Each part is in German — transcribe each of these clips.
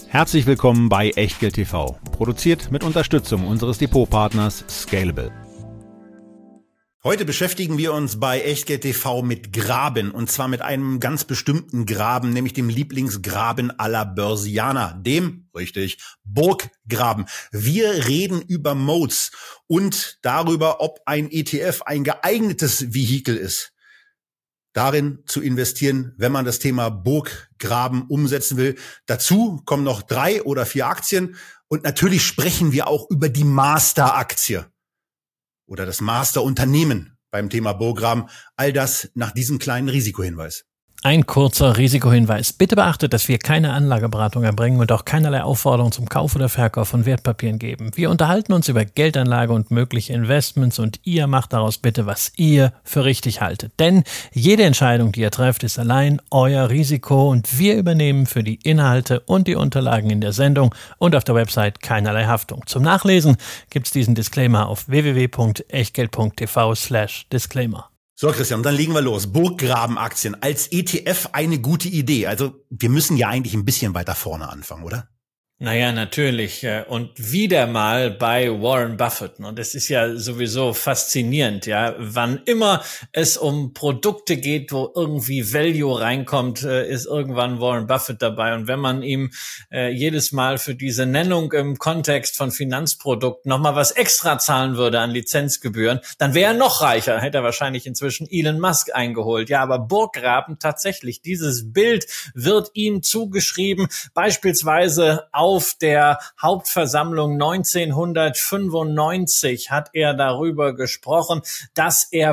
Herzlich willkommen bei Echtgeld TV, produziert mit Unterstützung unseres Depotpartners Scalable. Heute beschäftigen wir uns bei Echtgeld TV mit Graben, und zwar mit einem ganz bestimmten Graben, nämlich dem Lieblingsgraben aller Börsianer, dem, richtig, Burggraben. Wir reden über Modes und darüber, ob ein ETF ein geeignetes Vehikel ist, darin zu investieren, wenn man das Thema Burggraben umsetzen will. Dazu kommen noch 3 oder 4 Aktien und natürlich sprechen wir auch über die Master-Aktie oder das Master-Unternehmen beim Thema Burggraben. All das nach diesem kleinen Risikohinweis. Ein kurzer Risikohinweis. Bitte beachtet, dass wir keine Anlageberatung erbringen und auch keinerlei Aufforderung zum Kauf oder Verkauf von Wertpapieren geben. Wir unterhalten uns über Geldanlage und mögliche Investments und ihr macht daraus bitte, was ihr für richtig haltet. Denn jede Entscheidung, die ihr trefft, ist allein euer Risiko und wir übernehmen für die Inhalte und die Unterlagen in der Sendung und auf der Website keinerlei Haftung. Zum Nachlesen gibt's diesen Disclaimer auf www.echtgeld.tv/disclaimer. So, Christian, dann legen wir los. Burggraben-Aktien als ETF eine gute Idee. Also wir müssen ja eigentlich ein bisschen weiter vorne anfangen, oder? Naja, natürlich. Und wieder mal bei Warren Buffett. Und es ist ja sowieso faszinierend, ja. Wann immer es um Produkte geht, wo irgendwie Value reinkommt, ist irgendwann Warren Buffett dabei. Und wenn man ihm jedes Mal für diese Nennung im Kontext von Finanzprodukten nochmal was extra zahlen würde an Lizenzgebühren, dann wäre er noch reicher. Hätte er wahrscheinlich inzwischen Elon Musk eingeholt. Ja, aber Burggraben tatsächlich, dieses Bild wird ihm zugeschrieben, beispielsweise auf der Hauptversammlung 1995 hat er darüber gesprochen, dass er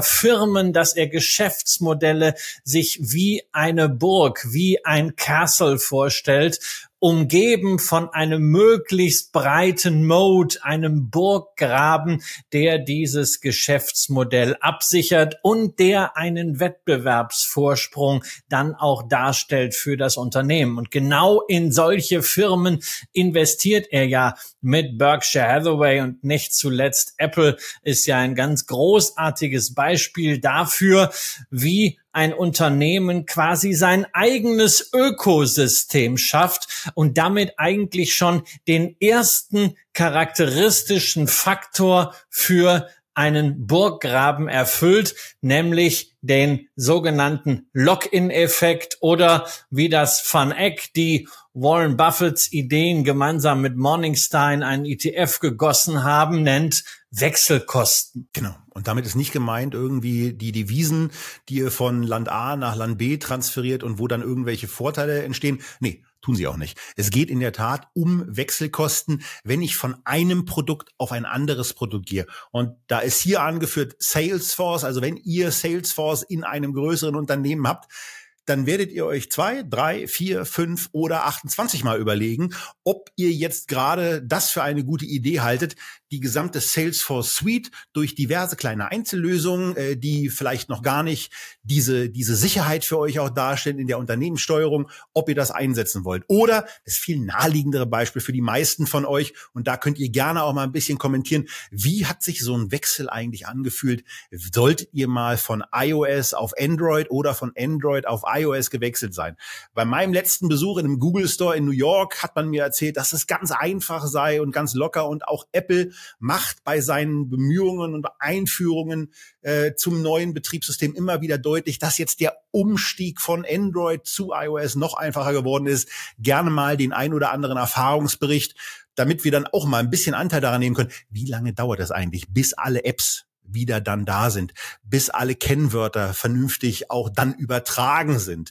Geschäftsmodelle sich wie eine Burg, wie ein Castle vorstellt, umgeben von einem möglichst breiten Moat, einem Burggraben, der dieses Geschäftsmodell absichert und der einen Wettbewerbsvorsprung dann auch darstellt für das Unternehmen. Und genau in solche Firmen investiert er ja mit Berkshire Hathaway, und nicht zuletzt Apple ist ja ein ganz großartiges Beispiel dafür, wie ein Unternehmen quasi sein eigenes Ökosystem schafft und damit eigentlich schon den ersten charakteristischen Faktor für einen Burggraben erfüllt, nämlich den sogenannten Lock-in-Effekt oder wie das Van Eck die Warren Buffetts Ideen gemeinsam mit Morningstar in einen ETF gegossen haben, nennt Wechselkosten. Genau. Und damit ist nicht gemeint irgendwie die Devisen, die ihr von Land A nach Land B transferiert und wo dann irgendwelche Vorteile entstehen. Nee, tun sie auch nicht. Es geht in der Tat um Wechselkosten, wenn ich von einem Produkt auf ein anderes Produkt gehe. Und da ist hier angeführt Salesforce. Also wenn ihr Salesforce in einem größeren Unternehmen habt, dann werdet ihr euch 2, 3, 4, 5 oder 28 Mal überlegen, ob ihr jetzt gerade das für eine gute Idee haltet, die gesamte Salesforce Suite durch diverse kleine Einzellösungen, die vielleicht noch gar nicht diese Sicherheit für euch auch darstellen in der Unternehmenssteuerung, ob ihr das einsetzen wollt. Oder das viel naheliegendere Beispiel für die meisten von euch, und da könnt ihr gerne auch mal ein bisschen kommentieren, wie hat sich so ein Wechsel eigentlich angefühlt? Solltet ihr mal von iOS auf Android oder von Android auf iOS gewechselt sein? Bei meinem letzten Besuch in einem Google Store in New York hat man mir erzählt, dass es ganz einfach sei und ganz locker, und auch Apple macht bei seinen Bemühungen und Einführungen zum neuen Betriebssystem immer wieder deutlich, dass jetzt der Umstieg von Android zu iOS noch einfacher geworden ist. Gerne mal den ein oder anderen Erfahrungsbericht, damit wir dann auch mal ein bisschen Anteil daran nehmen können. Wie lange dauert das eigentlich, bis alle Apps wieder dann da sind, bis alle Kennwörter vernünftig auch dann übertragen sind,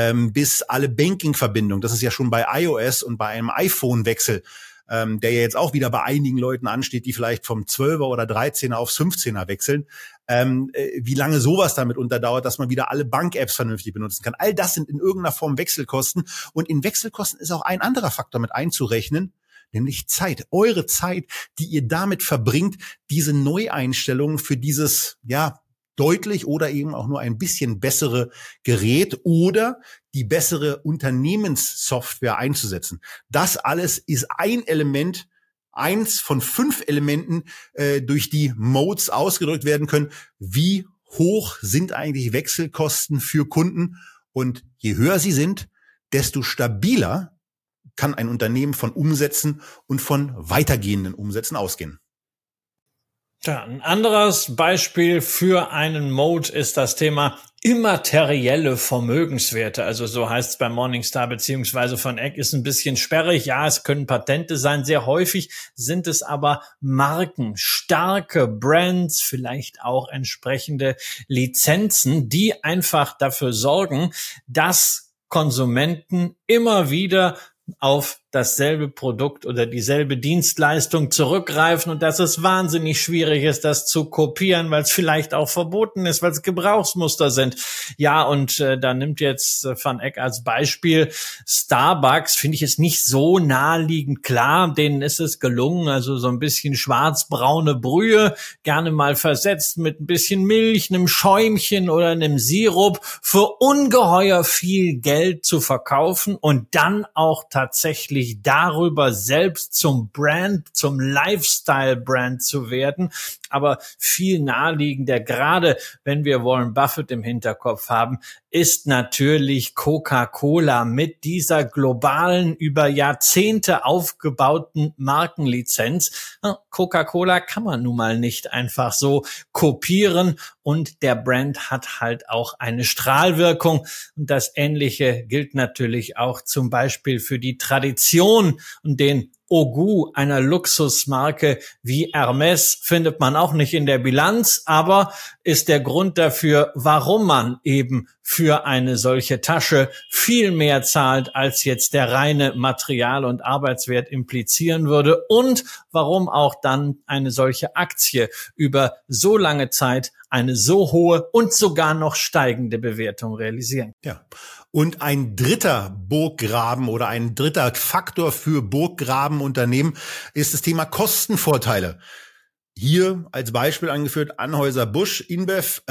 bis alle Banking-Verbindungen, das ist ja schon bei iOS und bei einem iPhone-Wechsel, der ja jetzt auch wieder bei einigen Leuten ansteht, die vielleicht vom 12er oder 13er aufs 15er wechseln, wie lange sowas damit unterdauert, dass man wieder alle Bank-Apps vernünftig benutzen kann. All das sind in irgendeiner Form Wechselkosten, und in Wechselkosten ist auch ein anderer Faktor mit einzurechnen, nämlich Zeit. Eure Zeit, die ihr damit verbringt, diese Neueinstellungen für dieses, ja, deutlich oder eben auch nur ein bisschen bessere Gerät oder die bessere Unternehmenssoftware einzusetzen. Das alles ist ein Element, eins von 5 Elementen, durch die Modes ausgedrückt werden können. Wie hoch sind eigentlich Wechselkosten für Kunden? Und je höher sie sind, desto stabiler kann ein Unternehmen von Umsätzen und von weitergehenden Umsätzen ausgehen. Ja, ein anderes Beispiel für einen Mode ist das Thema immaterielle Vermögenswerte. Also so heißt es bei Morningstar beziehungsweise von Eck, ist ein bisschen sperrig. Ja, es können Patente sein. Sehr häufig sind es aber Marken, starke Brands, vielleicht auch entsprechende Lizenzen, die einfach dafür sorgen, dass Konsumenten immer wieder auf dasselbe Produkt oder dieselbe Dienstleistung zurückgreifen und dass es wahnsinnig schwierig ist, das zu kopieren, weil es vielleicht auch verboten ist, weil es Gebrauchsmuster sind. Ja, und da nimmt jetzt Van Eck als Beispiel Starbucks, finde ich es nicht so naheliegend. Klar, denen ist es gelungen, also so ein bisschen schwarzbraune Brühe, gerne mal versetzt mit ein bisschen Milch, einem Schäumchen oder einem Sirup für ungeheuer viel Geld zu verkaufen und dann auch tatsächlich darüber selbst zum Brand, zum Lifestyle-Brand zu werden. Aber viel naheliegender, gerade wenn wir Warren Buffett im Hinterkopf haben, ist natürlich Coca-Cola mit dieser globalen, über Jahrzehnte aufgebauten Markenlizenz. Coca-Cola kann man nun mal nicht einfach so kopieren und der Brand hat halt auch eine Strahlwirkung. Und das Ähnliche gilt natürlich auch zum Beispiel für die Tradition und den Ogu einer Luxusmarke wie Hermes findet man auch nicht in der Bilanz, aber ist der Grund dafür, warum man eben für eine solche Tasche viel mehr zahlt, als jetzt der reine Material- und Arbeitswert implizieren würde und warum auch dann eine solche Aktie über so lange Zeit eine so hohe und sogar noch steigende Bewertung realisieren. Ja. Und ein dritter Burggraben oder ein dritter Faktor für Burggrabenunternehmen ist das Thema Kostenvorteile. Hier als Beispiel angeführt Anheuser-Busch, InBev,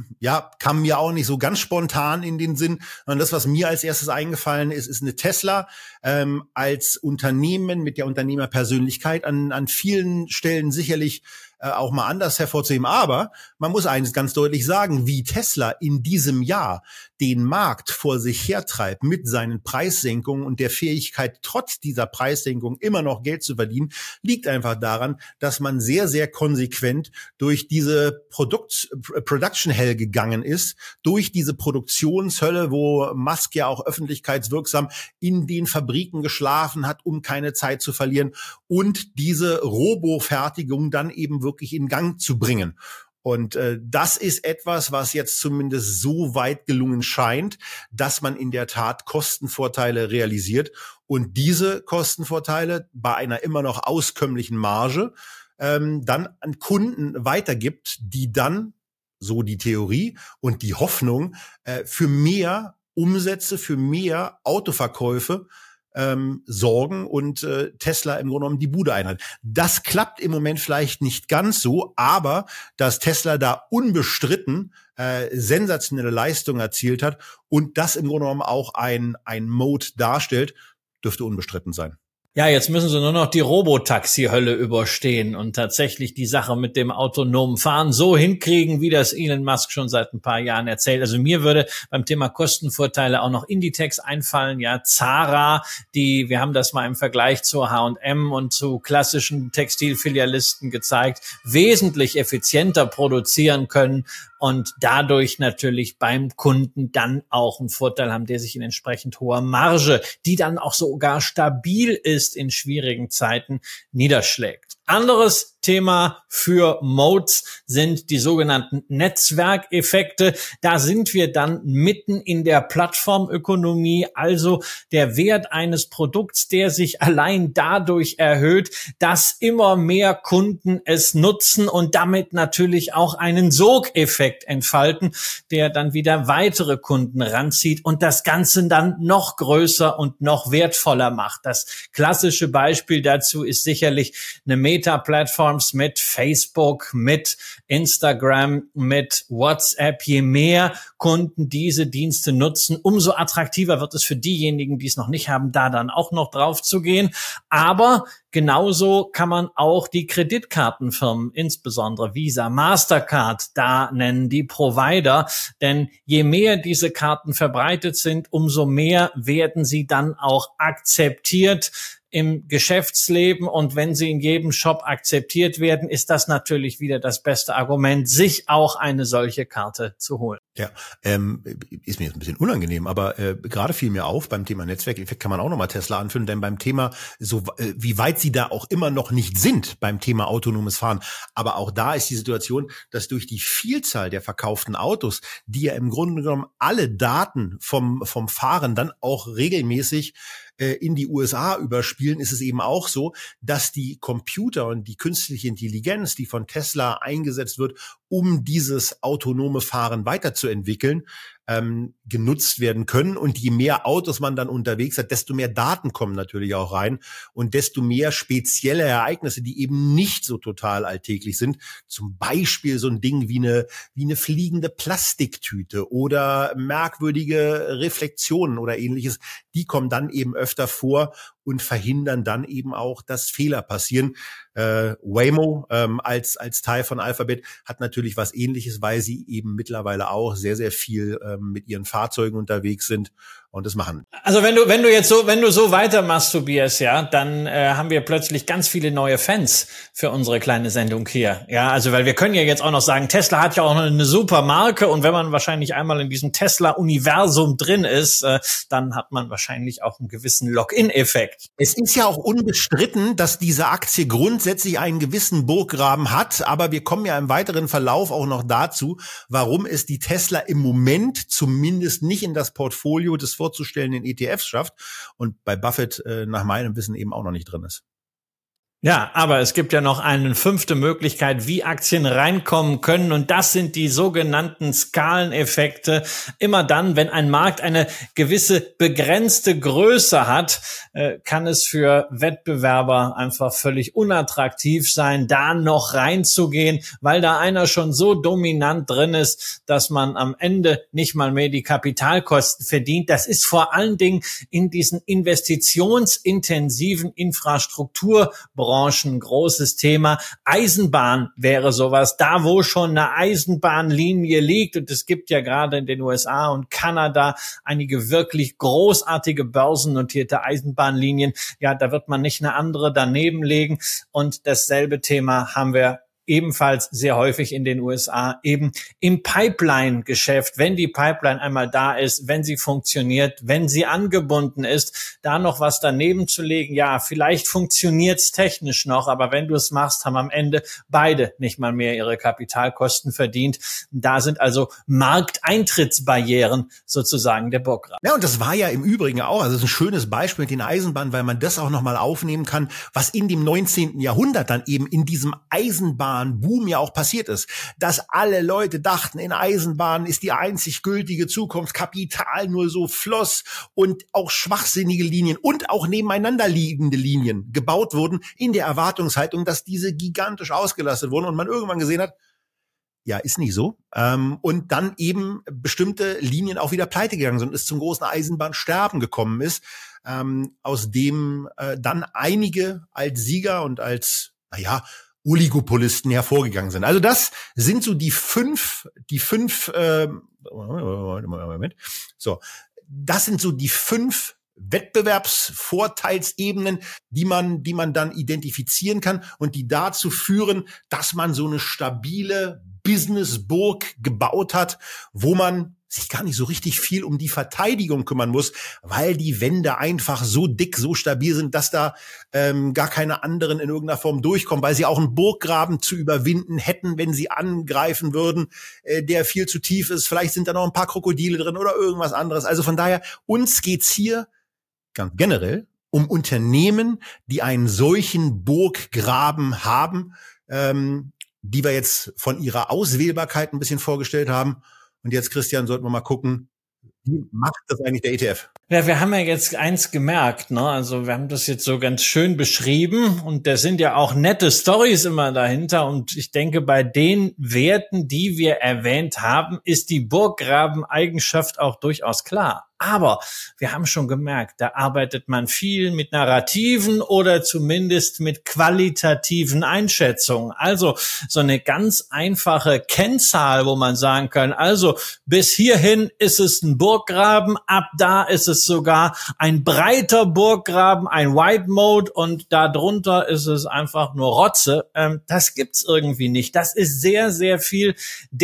kam mir auch nicht so ganz spontan in den Sinn, sondern das, was mir als erstes eingefallen ist, ist eine Tesla als Unternehmen mit der Unternehmerpersönlichkeit an vielen Stellen sicherlich auch mal anders hervorzuheben. Aber man muss eines ganz deutlich sagen, wie Tesla in diesem Jahr den Markt vor sich hertreibt mit seinen Preissenkungen und der Fähigkeit, trotz dieser Preissenkung immer noch Geld zu verdienen, liegt einfach daran, dass man sehr, sehr konsequent durch diese Production Hell gegangen ist, durch diese Produktionshölle, wo Musk ja auch öffentlichkeitswirksam in den Fabriken geschlafen hat, um keine Zeit zu verlieren und diese Robofertigung dann eben wirklich in Gang zu bringen. Und das ist etwas, was jetzt zumindest so weit gelungen scheint, dass man in der Tat Kostenvorteile realisiert und diese Kostenvorteile bei einer immer noch auskömmlichen Marge dann an Kunden weitergibt, die dann, so die Theorie und die Hoffnung, für mehr Umsätze, für mehr Autoverkäufe sorgen und Tesla im Grunde genommen die Bude einhalten. Das klappt im Moment vielleicht nicht ganz so, aber dass Tesla da unbestritten sensationelle Leistungen erzielt hat und das im Grunde genommen auch ein Mode darstellt, dürfte unbestritten sein. Ja, jetzt müssen sie nur noch die Robotaxi-Hölle überstehen und tatsächlich die Sache mit dem autonomen Fahren so hinkriegen, wie das Elon Musk schon seit ein paar Jahren erzählt. Also mir würde beim Thema Kostenvorteile auch noch Inditex einfallen, ja, Zara, wir haben das mal im Vergleich zu H&M und zu klassischen Textilfilialisten gezeigt, wesentlich effizienter produzieren können und dadurch natürlich beim Kunden dann auch einen Vorteil haben, der sich in entsprechend hoher Marge, die dann auch sogar stabil ist in schwierigen Zeiten, niederschlägt. Anderes Thema für Modes sind die sogenannten Netzwerkeffekte. Da sind wir dann mitten in der Plattformökonomie, also der Wert eines Produkts, der sich allein dadurch erhöht, dass immer mehr Kunden es nutzen und damit natürlich auch einen Sogeffekt entfalten, der dann wieder weitere Kunden ranzieht und das Ganze dann noch größer und noch wertvoller macht. Das klassische Beispiel dazu ist sicherlich eine Meta-Plattforms, mit Facebook, mit Instagram, mit WhatsApp. Je mehr Kunden diese Dienste nutzen, umso attraktiver wird es für diejenigen, die es noch nicht haben, da dann auch noch drauf zu gehen. Aber genauso kann man auch die Kreditkartenfirmen, insbesondere Visa, Mastercard, da nennen, die Provider. Denn je mehr diese Karten verbreitet sind, umso mehr werden sie dann auch akzeptiert im Geschäftsleben. Und wenn sie in jedem Shop akzeptiert werden, ist das natürlich wieder das beste Argument, sich auch eine solche Karte zu holen. Ja, ist mir jetzt ein bisschen unangenehm, aber gerade fiel mir auf, beim Thema Netzwerkeffekt kann man auch nochmal Tesla anführen, denn beim Thema, wie weit sie da auch immer noch nicht sind beim Thema autonomes Fahren, aber auch da ist die Situation, dass durch die Vielzahl der verkauften Autos, die ja im Grunde genommen alle Daten vom Fahren dann auch regelmäßig in die USA überspielen, ist es eben auch so, dass die Computer und die künstliche Intelligenz, die von Tesla eingesetzt wird, um dieses autonome Fahren weiterzuentwickeln, genutzt werden können. Und je mehr Autos man dann unterwegs hat, desto mehr Daten kommen natürlich auch rein und desto mehr spezielle Ereignisse, die eben nicht so total alltäglich sind. Zum Beispiel so ein Ding wie eine fliegende Plastiktüte oder merkwürdige Reflexionen oder ähnliches. Die kommen dann eben öfter vor und verhindern dann eben auch, dass Fehler passieren. Waymo als Teil von Alphabet hat natürlich was Ähnliches, weil sie eben mittlerweile auch sehr, sehr viel mit ihren Fahrzeugen unterwegs sind und das machen. Also wenn du so weitermachst, Tobias, ja, dann haben wir plötzlich ganz viele neue Fans für unsere kleine Sendung hier. Ja, also weil wir können ja jetzt auch noch sagen, Tesla hat ja auch noch eine super Marke und wenn man wahrscheinlich einmal in diesem Tesla-Universum drin ist, dann hat man wahrscheinlich auch einen gewissen Lock-in-Effekt. Es ist ja auch unbestritten, dass diese Aktie grundsätzlich einen gewissen Burggraben hat, aber wir kommen ja im weiteren Verlauf auch noch dazu, warum es die Tesla im Moment zumindest nicht in das Portfolio des vorzustellenden ETFs schafft und bei Buffett nach meinem Wissen eben auch noch nicht drin ist. Ja, aber es gibt ja noch eine fünfte Möglichkeit, wie Aktien reinkommen können und das sind die sogenannten Skaleneffekte. Immer dann, wenn ein Markt eine gewisse begrenzte Größe hat, kann es für Wettbewerber einfach völlig unattraktiv sein, da noch reinzugehen, weil da einer schon so dominant drin ist, dass man am Ende nicht mal mehr die Kapitalkosten verdient. Das ist vor allen Dingen in diesen investitionsintensiven Infrastrukturbranchen großes Thema. Eisenbahn wäre sowas, da wo schon eine Eisenbahnlinie liegt und es gibt ja gerade in den USA und Kanada einige wirklich großartige börsennotierte Eisenbahnlinien. Ja, da wird man nicht eine andere daneben legen und dasselbe Thema haben wir ebenfalls sehr häufig in den USA, eben im Pipeline-Geschäft, wenn die Pipeline einmal da ist, wenn sie funktioniert, wenn sie angebunden ist, da noch was daneben zu legen, ja, vielleicht funktioniert's technisch noch, aber wenn du es machst, haben am Ende beide nicht mal mehr ihre Kapitalkosten verdient. Da sind also Markteintrittsbarrieren sozusagen der Burggraben. Ja, und das war ja im Übrigen auch, also das ist ein schönes Beispiel mit den Eisenbahnen, weil man das auch nochmal aufnehmen kann, was in dem 19. Jahrhundert dann eben in diesem Eisenbahnboom ja auch passiert ist, dass alle Leute dachten, in Eisenbahnen ist die einzig gültige Zukunft, Kapital nur so floss und auch schwachsinnige Linien und auch nebeneinander liegende Linien gebaut wurden in der Erwartungshaltung, dass diese gigantisch ausgelastet wurden und man irgendwann gesehen hat, ja, ist nicht so. Und dann eben bestimmte Linien auch wieder pleite gegangen sind und es zum großen Eisenbahnsterben gekommen ist, aus dem dann einige als Sieger und als, Oligopolisten hervorgegangen sind. Also das sind so die fünf, Moment. So, das sind so die 5 Wettbewerbsvorteilsebenen, die man dann identifizieren kann und die dazu führen, dass man so eine stabile Businessburg gebaut hat, wo man sich gar nicht so richtig viel um die Verteidigung kümmern muss, weil die Wände einfach so dick, so stabil sind, dass da gar keine anderen in irgendeiner Form durchkommen, weil sie auch einen Burggraben zu überwinden hätten, wenn sie angreifen würden, der viel zu tief ist. Vielleicht sind da noch ein paar Krokodile drin oder irgendwas anderes. Also von daher, uns geht's hier ganz generell um Unternehmen, die einen solchen Burggraben haben, die wir jetzt von ihrer Auswählbarkeit ein bisschen vorgestellt haben. Und jetzt, Christian, sollten wir mal gucken, Wie macht das eigentlich der ETF? Ja, wir haben ja jetzt eins gemerkt, ne? Also wir haben das jetzt so ganz schön beschrieben und da sind ja auch nette Storys immer dahinter und ich denke, bei den Werten, die wir erwähnt haben, ist die Burggraben-Eigenschaft auch durchaus klar. Aber wir haben schon gemerkt, da arbeitet man viel mit Narrativen oder zumindest mit qualitativen Einschätzungen. Also so eine ganz einfache Kennzahl, wo man sagen kann, also bis hierhin ist es ein Burggraben, ab da ist es sogar ein breiter Burggraben, ein Wide Mode und darunter ist es einfach nur Rotze. Das gibt's irgendwie nicht. Das ist sehr, sehr viel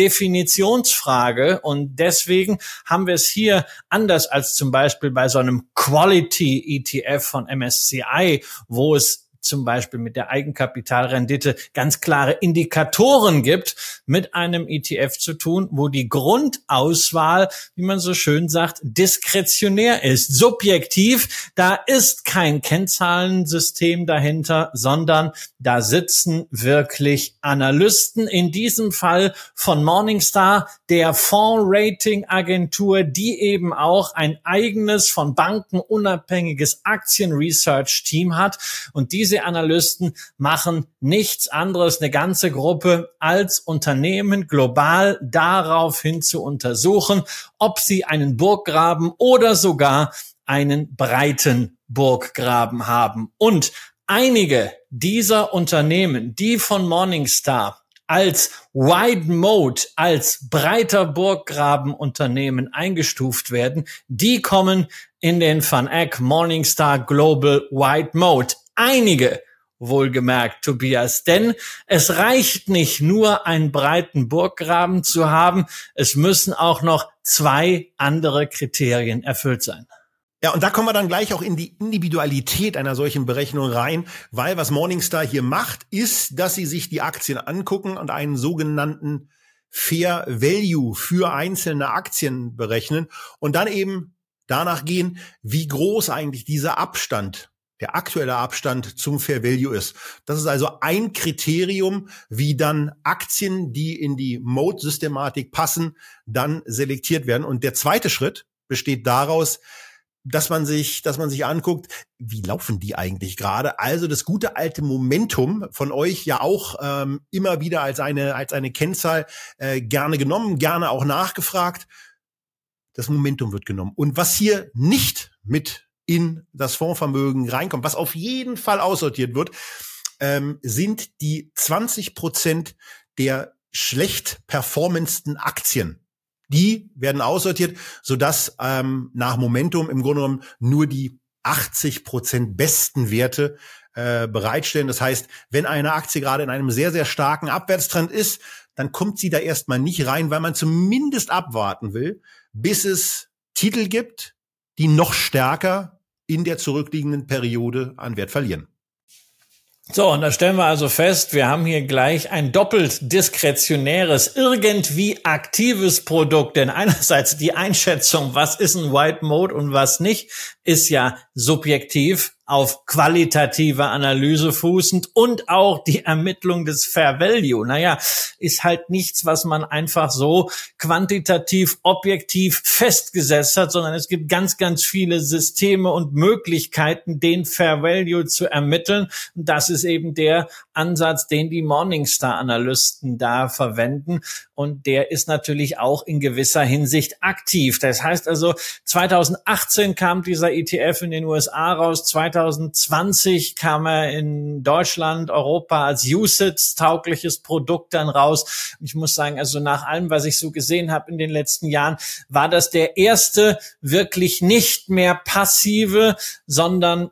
Definitionsfrage und deswegen haben wir es hier anders als zum Beispiel bei so einem Quality ETF von MSCI, wo es zum Beispiel mit der Eigenkapitalrendite ganz klare Indikatoren gibt, mit einem ETF zu tun, wo die Grundauswahl, wie man so schön sagt, diskretionär ist, subjektiv. Da ist kein Kennzahlensystem dahinter, sondern da sitzen wirklich Analysten, in diesem Fall von Morningstar, der Fonds-Rating-Agentur, die eben auch ein eigenes, von Banken unabhängiges Aktien-Research-Team hat. Und diese Analysten machen nichts anderes, eine ganze Gruppe, als Unternehmen global daraufhin zu untersuchen, ob sie einen Burggraben oder sogar einen breiten Burggraben haben. Und einige dieser Unternehmen, die von Morningstar als Wide Mode, als breiter Burggraben-Unternehmen eingestuft werden, die kommen in den Van Eck Morningstar Global Wide Mode. Einige, wohlgemerkt, Tobias, denn es reicht nicht nur, einen breiten Burggraben zu haben, es müssen auch noch 2 andere Kriterien erfüllt sein. Ja, und da kommen wir dann gleich auch in die Individualität einer solchen Berechnung rein, weil was Morningstar hier macht, ist, dass sie sich die Aktien angucken und einen sogenannten Fair Value für einzelne Aktien berechnen und dann eben danach gehen, wie groß eigentlich dieser Abstand, der aktuelle Abstand zum Fair Value ist. Das ist also ein Kriterium, wie dann Aktien, die in die Mode-Systematik passen, dann selektiert werden. Und der zweite Schritt besteht daraus, dass man sich anguckt, wie laufen die eigentlich gerade? Also das gute alte Momentum von euch ja auch immer wieder als eine Kennzahl gerne genommen, gerne auch nachgefragt. Das Momentum wird genommen. Und was hier nicht mit in das Fondsvermögen reinkommt, was auf jeden Fall aussortiert wird, sind die 20% der schlecht performendsten Aktien. Die werden aussortiert, sodass nach Momentum im Grunde genommen nur die 80% besten Werte bereitstellen. Das heißt, wenn eine Aktie gerade in einem sehr, sehr starken Abwärtstrend ist, dann kommt sie da erstmal nicht rein, weil man zumindest abwarten will, bis es Titel gibt, die noch stärker in der zurückliegenden Periode an Wert verlieren. So, und da stellen wir also fest, wir haben hier gleich ein doppelt diskretionäres, irgendwie aktives Produkt. Denn einerseits die Einschätzung, was ist ein White Mode und was nicht, ist ja subjektiv auf qualitative Analyse fußend und auch die Ermittlung des Fair Value. Naja, ist halt nichts, was man einfach so quantitativ, objektiv festgesetzt hat, sondern es gibt ganz, ganz viele Systeme und Möglichkeiten, den Fair Value zu ermitteln. Und das ist eben der Ansatz, den die Morningstar-Analysten da verwenden. Und der ist natürlich auch in gewisser Hinsicht aktiv. Das heißt also, 2018 kam dieser ETF in den USA raus, 2020 kam er in Deutschland, Europa als UCITS-taugliches Produkt dann raus. Und ich muss sagen, also nach allem, was ich so gesehen habe in den letzten Jahren, war das der erste wirklich nicht mehr passive, sondern,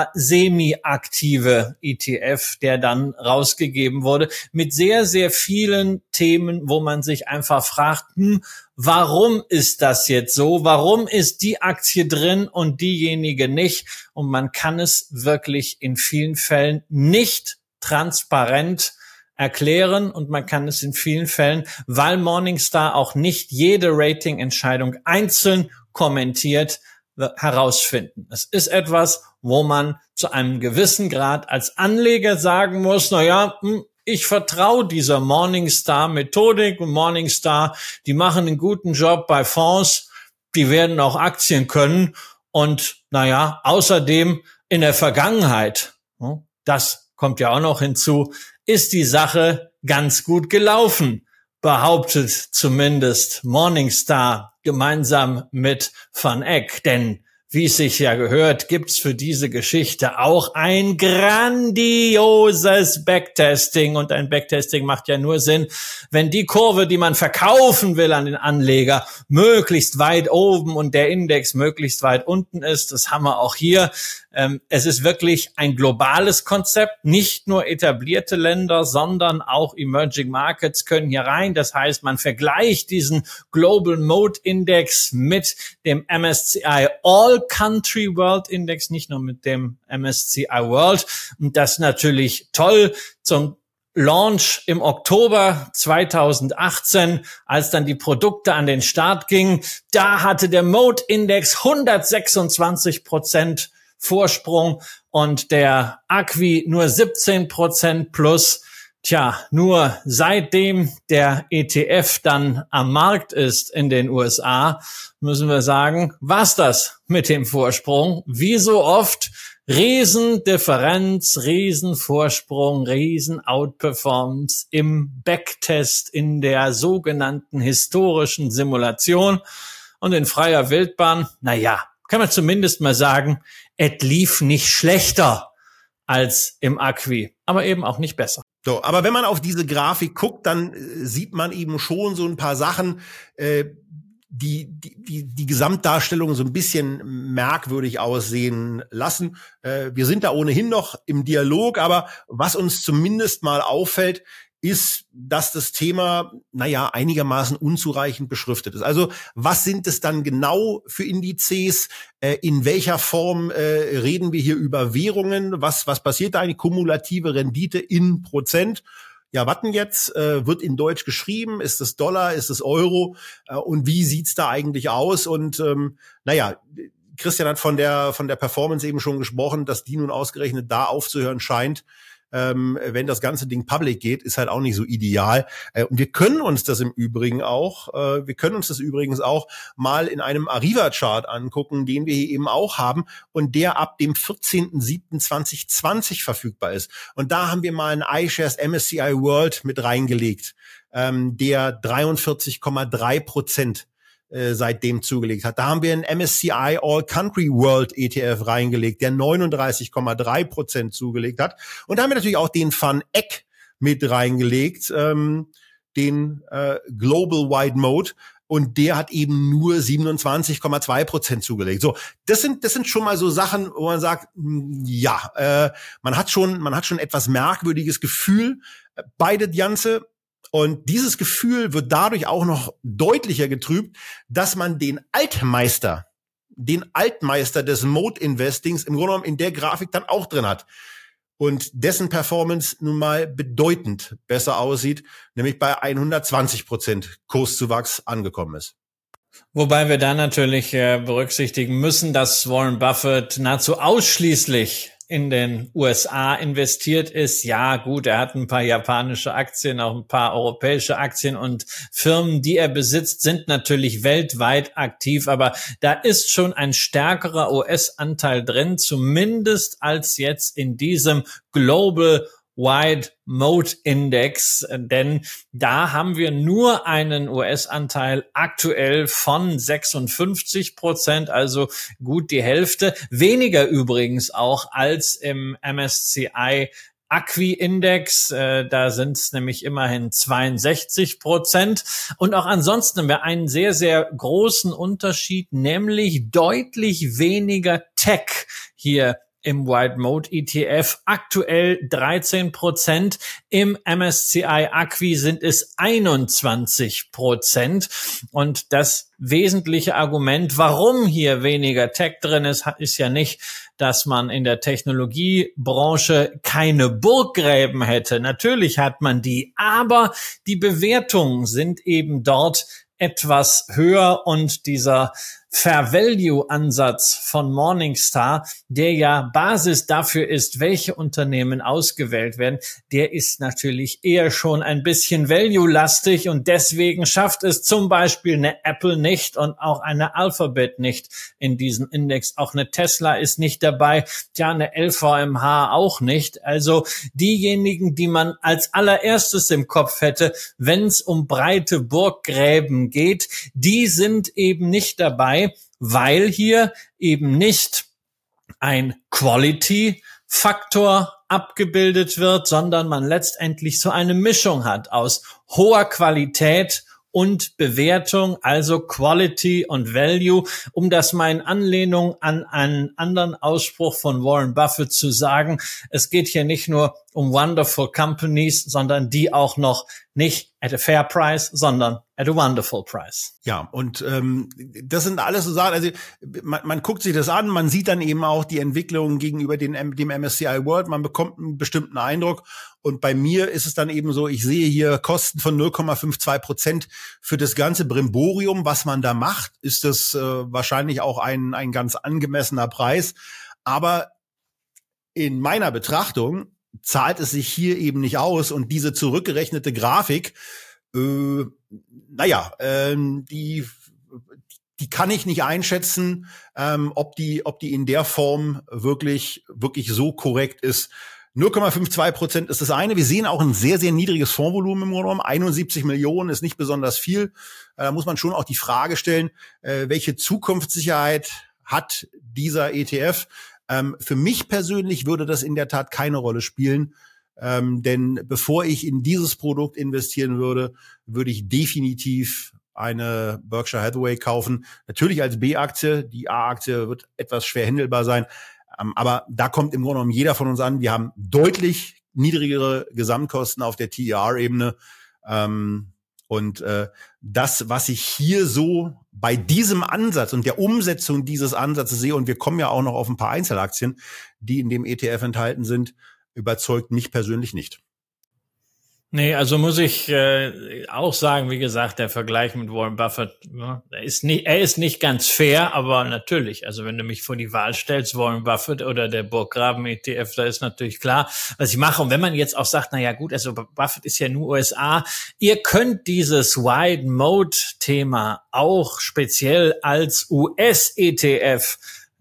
semi-aktive ETF, der dann rausgegeben wurde, mit sehr, sehr vielen Themen, wo man sich einfach fragt, warum ist das jetzt so? Warum ist die Aktie drin und diejenige nicht? Und man kann es wirklich in vielen Fällen nicht transparent erklären und man kann es in vielen Fällen, weil Morningstar auch nicht jede Ratingentscheidung einzeln kommentiert, herausfinden. Es ist etwas, wo man zu einem gewissen Grad als Anleger sagen muss, ich vertraue dieser Morningstar-Methodik und Morningstar, die machen einen guten Job bei Fonds. die werden auch Aktien können. Und naja, außerdem in der Vergangenheit, das kommt ja auch noch hinzu, ist die Sache ganz gut gelaufen, behauptet zumindest Morningstar gemeinsam mit Van Eck. Denn wie es sich ja gehört, gibt's für diese Geschichte auch ein grandioses Backtesting. Und ein Backtesting macht ja nur Sinn, wenn die Kurve, die man verkaufen will an den Anleger, möglichst weit oben und der Index möglichst weit unten ist. Das haben wir auch hier. Es ist wirklich ein globales Konzept. Nicht nur etablierte Länder, sondern auch Emerging Markets können hier rein. Das heißt, man vergleicht diesen Global Mode Index mit dem MSCI All Country World Index, nicht nur mit dem MSCI World. Und das ist natürlich toll zum Launch im Oktober 2018, als dann die Produkte an den Start gingen. Da hatte der Mode Index 126% Vorsprung und der Acqui nur 17% plus. Tja, nur seitdem der ETF dann am Markt ist in den USA, müssen wir sagen, war's das mit dem Vorsprung. Wie so oft, Riesendifferenz, Riesenvorsprung, Riesen-Outperformance im Backtest in der sogenannten historischen Simulation und in freier Wildbahn. Naja, kann man zumindest mal sagen, es lief nicht schlechter als im Acqui, aber eben auch nicht besser. So, aber wenn man auf diese Grafik guckt, dann sieht man eben schon so ein paar Sachen, die Gesamtdarstellung so ein bisschen merkwürdig aussehen lassen. Wir sind da ohnehin noch im Dialog, aber was uns zumindest mal auffällt, ist, dass das Thema, einigermaßen unzureichend beschriftet ist. Also, was sind es dann genau für Indizes? In welcher Form reden wir hier über Währungen? Was passiert da? Eine kumulative Rendite in Prozent? Ja, was denn jetzt? Wird in Deutsch geschrieben? Ist es Dollar? Ist es Euro? Und wie sieht's da eigentlich aus? Und Christian hat von der Performance eben schon gesprochen, dass die nun ausgerechnet da aufzuhören scheint. Wenn das ganze Ding public geht, ist halt auch nicht so ideal. Und wir können uns das übrigens auch mal in einem Arriva-Chart angucken, den wir hier eben auch haben und der ab dem 14.07.2020 verfügbar ist. Und da haben wir mal einen iShares MSCI World mit reingelegt, der 43,3% seitdem zugelegt hat. Da haben wir einen MSCI All Country World ETF reingelegt, der 39,3% zugelegt hat. Und da haben wir natürlich auch den Van Eck mit reingelegt, den Global Wide Mode. Und der hat eben nur 27,2% zugelegt. So, das sind schon mal so Sachen, wo man sagt, man hat schon etwas merkwürdiges Gefühl bei das Ganze. Und dieses Gefühl wird dadurch auch noch deutlicher getrübt, dass man den Altmeister des Mode-Investings im Grunde genommen in der Grafik dann auch drin hat. Und dessen Performance nun mal bedeutend besser aussieht, nämlich bei 120% Kurszuwachs angekommen ist. Wobei wir da natürlich berücksichtigen müssen, dass Warren Buffett nahezu ausschließlich in den USA investiert ist. Ja, gut, er hat ein paar japanische Aktien, auch ein paar europäische Aktien und Firmen, die er besitzt, sind natürlich weltweit aktiv, aber da ist schon ein stärkerer US-Anteil drin, zumindest als jetzt in diesem Global Wide Mode Index, denn da haben wir nur einen US-Anteil aktuell von 56%, also gut die Hälfte, weniger übrigens auch als im MSCI Acqui-Index, da sind es nämlich immerhin 62%. Und auch ansonsten haben wir einen sehr, sehr großen Unterschied, nämlich deutlich weniger Tech hier im Wide Mode ETF, aktuell 13%, im MSCI Acqui sind es 21%. Und das wesentliche Argument, warum hier weniger Tech drin ist, ist ja nicht, dass man in der Technologiebranche keine Burggräben hätte. Natürlich hat man die, aber die Bewertungen sind eben dort etwas höher und dieser Fair-Value-Ansatz von Morningstar, der ja Basis dafür ist, welche Unternehmen ausgewählt werden, der ist natürlich eher schon ein bisschen value-lastig und deswegen schafft es zum Beispiel eine Apple nicht und auch eine Alphabet nicht in diesem Index. Auch eine Tesla ist nicht dabei, ja, eine LVMH auch nicht. Also diejenigen, die man als allererstes im Kopf hätte, wenn es um breite Burggräben geht, die sind eben nicht dabei, weil hier eben nicht ein Quality-Faktor abgebildet wird, sondern man letztendlich so eine Mischung hat aus hoher Qualität und Bewertung, also Quality und Value, um das mal in Anlehnung an einen anderen Ausspruch von Warren Buffett zu sagen. Es geht hier nicht nur um wonderful companies, sondern die auch noch nicht at a fair price, sondern at a wonderful price. Ja, und das sind alles so Sachen, also man guckt sich das an, man sieht dann eben auch die Entwicklung gegenüber dem MSCI World, man bekommt einen bestimmten Eindruck und bei mir ist es dann eben so, ich sehe hier Kosten von 0,52% für das ganze Brimborium, was man da macht, ist das wahrscheinlich auch ein ganz angemessener Preis, aber in meiner Betrachtung zahlt es sich hier eben nicht aus und diese zurückgerechnete Grafik, die kann ich nicht einschätzen, ob die in der Form wirklich so korrekt ist. 0,52% ist das eine. Wir sehen auch ein sehr, sehr niedriges Fondsvolumen im Raum. 71 Millionen ist nicht besonders viel. Da muss man schon auch die Frage stellen, welche Zukunftssicherheit hat dieser ETF? Für mich persönlich würde das in der Tat keine Rolle spielen, denn bevor ich in dieses Produkt investieren würde, würde ich definitiv eine Berkshire Hathaway kaufen. Natürlich als B-Aktie, die A-Aktie wird etwas schwer handelbar sein, aber da kommt im Grunde genommen jeder von uns an. Wir haben deutlich niedrigere Gesamtkosten auf der TER-Ebene. Und das, was ich hier so bei diesem Ansatz und der Umsetzung dieses Ansatzes sehe, und wir kommen ja auch noch auf ein paar Einzelaktien, die in dem ETF enthalten sind, überzeugt mich persönlich nicht. Nee, also muss ich auch sagen, wie gesagt, der Vergleich mit Warren Buffett, ja, er ist nicht ganz fair, aber natürlich, also wenn du mich vor die Wahl stellst, Warren Buffett oder der Burggraben ETF, da ist natürlich klar, was ich mache. Und wenn man jetzt auch sagt, na ja gut, also Buffett ist ja nur USA, ihr könnt dieses Wide Mode Thema auch speziell als US-ETF,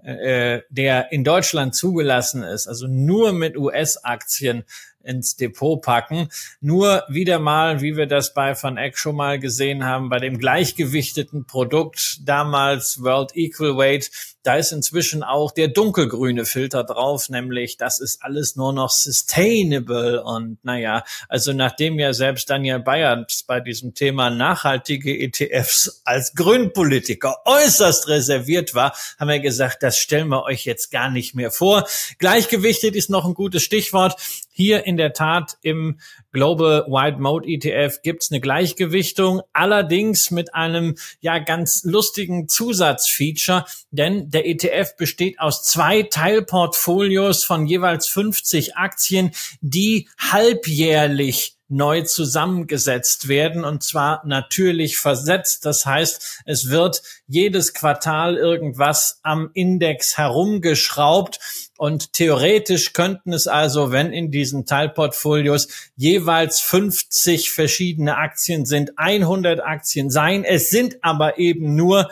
der in Deutschland zugelassen ist, also nur mit US-Aktien ins Depot packen. Nur wieder mal, wie wir das bei Van Eck schon mal gesehen haben, bei dem gleichgewichteten Produkt, damals World Equal Weight, da ist inzwischen auch der dunkelgrüne Filter drauf, nämlich das ist alles nur noch sustainable. Und naja, also nachdem ja selbst Daniel Bayers bei diesem Thema nachhaltige ETFs als Grünpolitiker äußerst reserviert war, haben wir gesagt, das stellen wir euch jetzt gar nicht mehr vor. Gleichgewichtet ist noch ein gutes Stichwort. Hier in der Tat im Global Wide Mode ETF gibt's eine Gleichgewichtung, allerdings mit einem ja ganz lustigen Zusatzfeature, denn der ETF besteht aus 2 Teilportfolios von jeweils 50 Aktien, die halbjährlich neu zusammengesetzt werden und zwar natürlich versetzt. Das heißt, es wird jedes Quartal irgendwas am Index herumgeschraubt und theoretisch könnten es also, wenn in diesen Teilportfolios jeweils 50 verschiedene Aktien sind, 100 Aktien sein. Es sind aber eben nur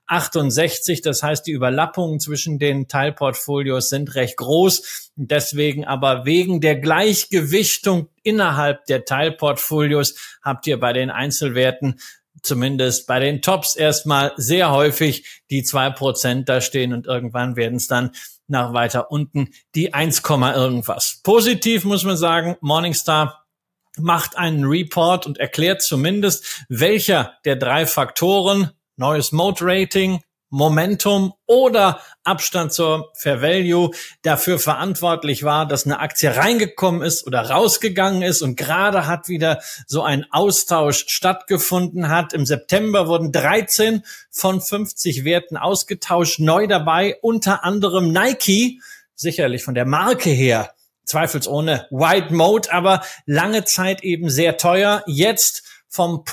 68, das heißt, die Überlappungen zwischen den Teilportfolios sind recht groß. Deswegen aber wegen der Gleichgewichtung innerhalb der Teilportfolios habt ihr bei den Einzelwerten, zumindest bei den Tops erstmal sehr häufig die 2% da stehen und irgendwann werden es dann nach weiter unten die 1, irgendwas. Positiv muss man sagen, Morningstar macht einen Report und erklärt zumindest, welcher der 3 Faktoren, neues Mode-Rating, Momentum oder Abstand zur Fair Value dafür verantwortlich war, dass eine Aktie reingekommen ist oder rausgegangen ist und gerade hat wieder so ein Austausch stattgefunden hat. Im September wurden 13 von 50 Werten ausgetauscht, neu dabei unter anderem Nike, sicherlich von der Marke her zweifelsohne Wide Mode, aber lange Zeit eben sehr teuer. Jetzt vom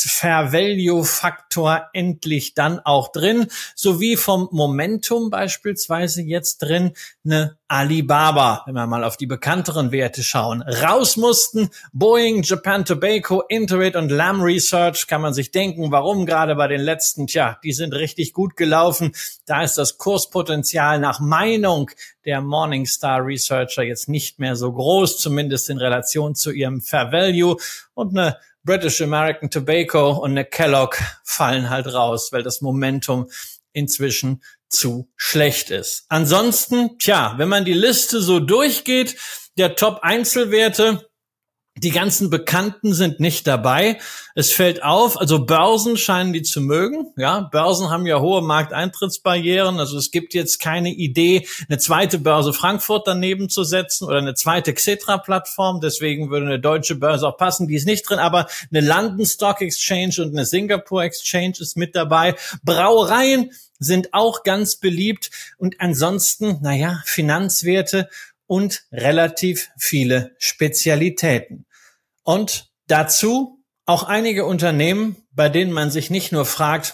Price-Fair-Value-Faktor endlich dann auch drin, sowie vom Momentum beispielsweise jetzt drin eine Alibaba, wenn wir mal auf die bekannteren Werte schauen. Raus mussten Boeing, Japan Tobacco, Intuit und Lam Research, kann man sich denken, warum gerade bei den letzten, die sind richtig gut gelaufen. Da ist das Kurspotenzial nach Meinung der Morningstar Researcher jetzt nicht mehr so groß, zumindest in Relation zu ihrem Fair Value, und eine British American Tobacco und eine Kellogg fallen halt raus, weil das Momentum inzwischen zu schlecht ist. Ansonsten, wenn man die Liste so durchgeht, der Top-Einzelwerte, die ganzen Bekannten sind nicht dabei. Es fällt auf, also Börsen scheinen die zu mögen. Ja, Börsen haben ja hohe Markteintrittsbarrieren. Also es gibt jetzt keine Idee, eine zweite Börse Frankfurt daneben zu setzen oder eine zweite Xetra-Plattform. Deswegen würde eine deutsche Börse auch passen. Die ist nicht drin, aber eine London Stock Exchange und eine Singapore Exchange ist mit dabei. Brauereien sind auch ganz beliebt. Und ansonsten, Finanzwerte und relativ viele Spezialitäten. Und dazu auch einige Unternehmen, bei denen man sich nicht nur fragt,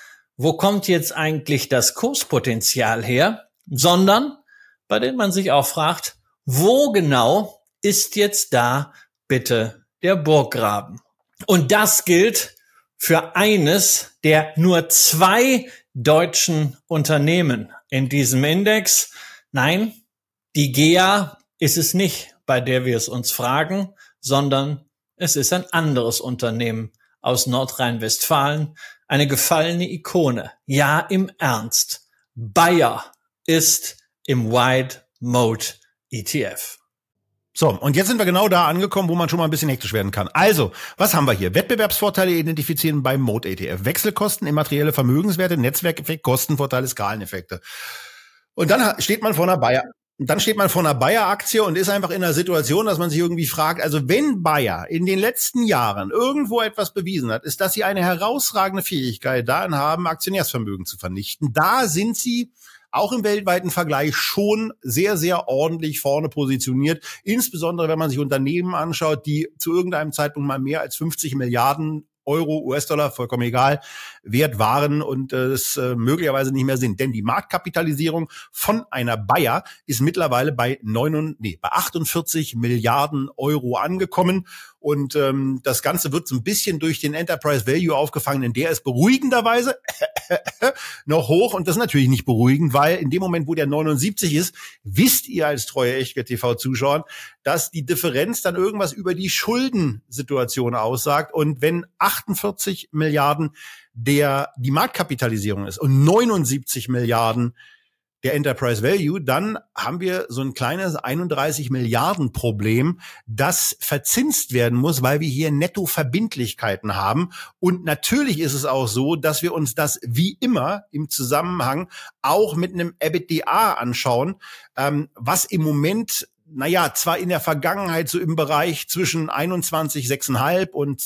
wo kommt jetzt eigentlich das Kurspotenzial her, sondern bei denen man sich auch fragt, wo genau ist jetzt da bitte der Burggraben? Und das gilt für eines der nur 2 deutschen Unternehmen in diesem Index. Nein, die GEA ist es nicht, bei der wir es uns fragen, sondern es ist ein anderes Unternehmen aus Nordrhein-Westfalen, eine gefallene Ikone. Ja, im Ernst. Bayer ist im Wide Mode ETF. So, und jetzt sind wir genau da angekommen, wo man schon mal ein bisschen hektisch werden kann. Also, was haben wir hier? Wettbewerbsvorteile identifizieren beim Mode ETF. Wechselkosten, immaterielle Vermögenswerte, Netzwerkeffekt, Kostenvorteile, Skaleneffekte. Und dann steht man vor einer Bayer-Aktie und ist einfach in einer Situation, dass man sich irgendwie fragt, also wenn Bayer in den letzten Jahren irgendwo etwas bewiesen hat, ist, dass sie eine herausragende Fähigkeit darin haben, Aktionärsvermögen zu vernichten. Da sind sie auch im weltweiten Vergleich schon sehr, sehr ordentlich vorne positioniert. Insbesondere, wenn man sich Unternehmen anschaut, die zu irgendeinem Zeitpunkt mal mehr als 50 Milliarden Euro, US-Dollar, vollkommen egal, wert waren und es möglicherweise nicht mehr sind. Denn die Marktkapitalisierung von einer Bayer ist mittlerweile bei 48 Milliarden Euro angekommen. Und das Ganze wird so ein bisschen durch den Enterprise Value aufgefangen, in der ist beruhigenderweise noch hoch. Und das ist natürlich nicht beruhigend, weil in dem Moment, wo der 79 ist, wisst ihr als treue Echtgeld-TV-Zuschauer, dass die Differenz dann irgendwas über die Schuldensituation aussagt. Und wenn 48 Milliarden die Marktkapitalisierung ist und 79 Milliarden der Enterprise Value, dann haben wir so ein kleines 31 Milliarden Problem, das verzinst werden muss, weil wir hier Nettoverbindlichkeiten haben. Und natürlich ist es auch so, dass wir uns das wie immer im Zusammenhang auch mit einem EBITDA anschauen, was im Moment zwar in der Vergangenheit so im Bereich zwischen 21,6,5 und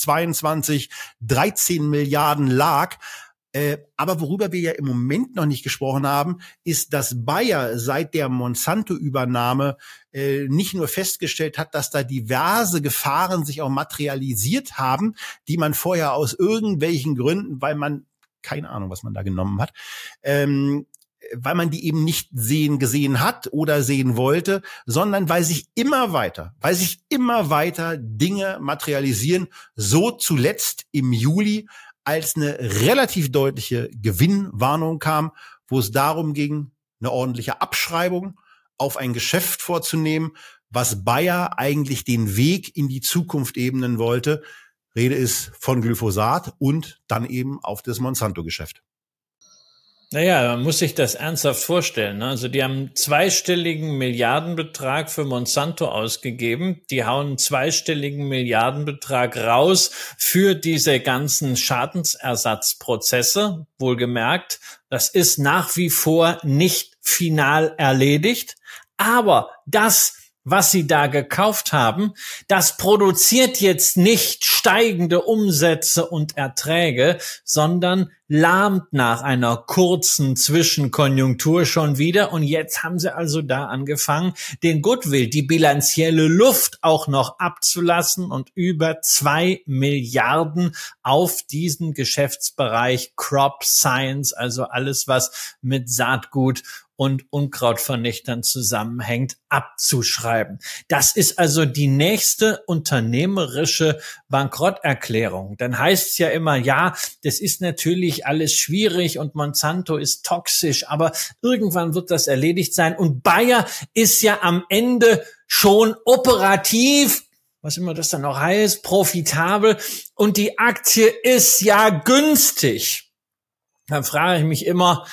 22,13 Milliarden lag. Aber worüber wir ja im Moment noch nicht gesprochen haben, ist, dass Bayer seit der Monsanto-Übernahme nicht nur festgestellt hat, dass da diverse Gefahren sich auch materialisiert haben, die man vorher aus irgendwelchen Gründen, weil man, keine Ahnung, was man da genommen hat, weil man die eben nicht gesehen hat oder sehen wollte, sondern weil sich immer weiter Dinge materialisieren, so zuletzt im Juli, als eine relativ deutliche Gewinnwarnung kam, wo es darum ging, eine ordentliche Abschreibung auf ein Geschäft vorzunehmen, was Bayer eigentlich den Weg in die Zukunft ebnen wollte. Rede ist von Glyphosat und dann eben auf das Monsanto-Geschäft. Man muss sich das ernsthaft vorstellen. Also die haben einen zweistelligen Milliardenbetrag für Monsanto ausgegeben. Die hauen einen zweistelligen Milliardenbetrag raus für diese ganzen Schadensersatzprozesse. Wohlgemerkt, das ist nach wie vor nicht final erledigt. Aber das was sie da gekauft haben, das produziert jetzt nicht steigende Umsätze und Erträge, sondern lahmt nach einer kurzen Zwischenkonjunktur schon wieder. Und jetzt haben sie also da angefangen, den Goodwill, die bilanzielle Luft auch noch abzulassen und über 2 Milliarden auf diesen Geschäftsbereich Crop Science, also alles, was mit Saatgut und Unkrautvernichtern zusammenhängt, abzuschreiben. Das ist also die nächste unternehmerische Bankrotterklärung. Dann heißt es ja immer, ja, das ist natürlich alles schwierig und Monsanto ist toxisch, aber irgendwann wird das erledigt sein und Bayer ist ja am Ende schon operativ, was immer das dann auch heißt, profitabel und die Aktie ist ja günstig. Dann frage ich mich immer,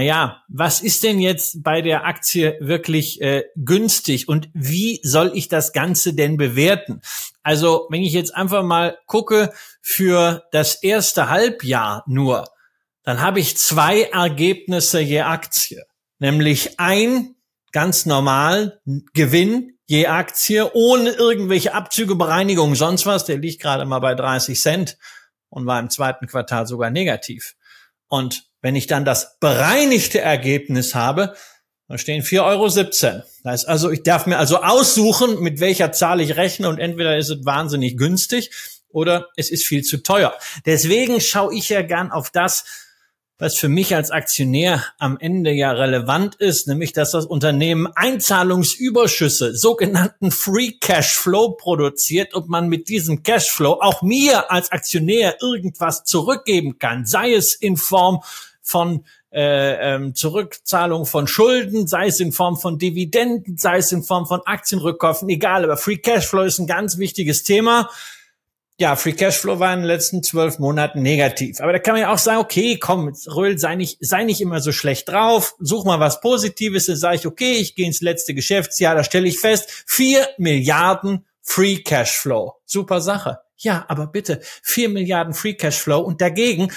was ist denn jetzt bei der Aktie wirklich günstig und wie soll ich das Ganze denn bewerten? Also wenn ich jetzt einfach mal gucke für das erste Halbjahr nur, dann habe ich 2 Ergebnisse je Aktie, nämlich ein ganz normal Gewinn je Aktie ohne irgendwelche Abzüge, Bereinigung, sonst was, der liegt gerade mal bei 30 Cent und war im zweiten Quartal sogar negativ. Und wenn ich dann das bereinigte Ergebnis habe, da stehen 4,17 €. Das heißt also, ich darf mir also aussuchen, mit welcher Zahl ich rechne und entweder ist es wahnsinnig günstig oder es ist viel zu teuer. Deswegen schaue ich ja gern auf das, was für mich als Aktionär am Ende ja relevant ist, nämlich dass das Unternehmen Einzahlungsüberschüsse, sogenannten Free Cashflow produziert und man mit diesem Cashflow auch mir als Aktionär irgendwas zurückgeben kann, sei es in Form von Zurückzahlung von Schulden, sei es in Form von Dividenden, sei es in Form von Aktienrückkäufen, egal, aber Free Cashflow ist ein ganz wichtiges Thema. Ja, Free Cashflow war in den letzten 12 Monaten negativ. Aber da kann man ja auch sagen, okay, komm, Röhl, sei nicht immer so schlecht drauf, such mal was Positives, dann sage ich, okay, ich gehe ins letzte Geschäftsjahr, da stelle ich fest, 4 Milliarden Free Cashflow. Super Sache. Ja, aber bitte, 4 Milliarden Free Cashflow und dagegen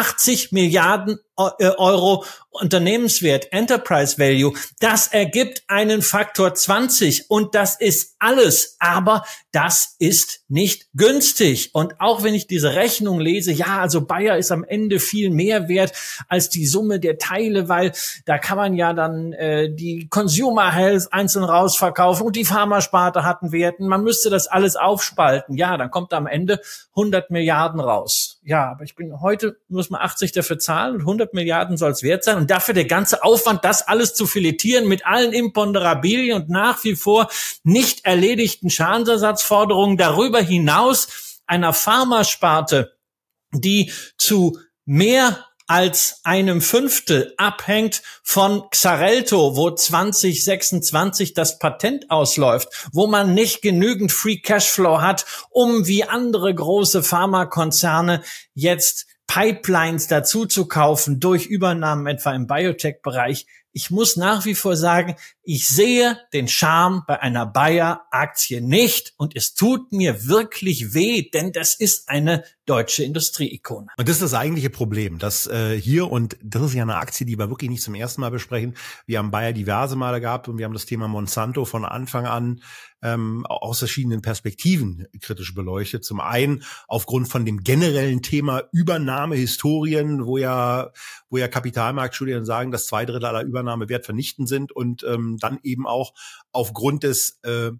80 Milliarden Euro Unternehmenswert, Enterprise Value. Das ergibt einen Faktor 20 und das ist alles, aber das ist nicht günstig. Und auch wenn ich diese Rechnung lese, ja, also Bayer ist am Ende viel mehr wert als die Summe der Teile, weil da kann man ja dann die Consumer Health einzeln rausverkaufen und die Pharmasparte hat einen Wert. Man müsste das alles aufspalten. Ja, dann kommt am Ende 100 Milliarden raus. Ja, aber heute muss man 80 dafür zahlen und 100 Milliarden soll es wert sein. Und dafür der ganze Aufwand, das alles zu filetieren mit allen Imponderabilien und nach wie vor nicht erledigten Schadensersatzforderungen, darüber hinaus einer Pharmasparte, die zu mehr als einem Fünftel abhängt von Xarelto, wo 2026 das Patent ausläuft, wo man nicht genügend Free Cashflow hat, um wie andere große Pharmakonzerne jetzt Pipelines dazu zu kaufen durch Übernahmen etwa im Biotech-Bereich. Ich muss nach wie vor sagen, ich sehe den Charme bei einer Bayer-Aktie nicht und es tut mir wirklich weh, denn das ist eine deutsche Industrieikone. Und das ist das eigentliche Problem, dass hier, und das ist ja eine Aktie, die wir wirklich nicht zum ersten Mal besprechen, wir haben Bayer diverse Male gehabt und wir haben das Thema Monsanto von Anfang an aus verschiedenen Perspektiven kritisch beleuchtet. Zum einen aufgrund von dem generellen Thema Übernahmehistorien, wo ja Kapitalmarktstudien sagen, dass 2/3 aller Übernahmewert vernichtend sind und dann eben auch aufgrund des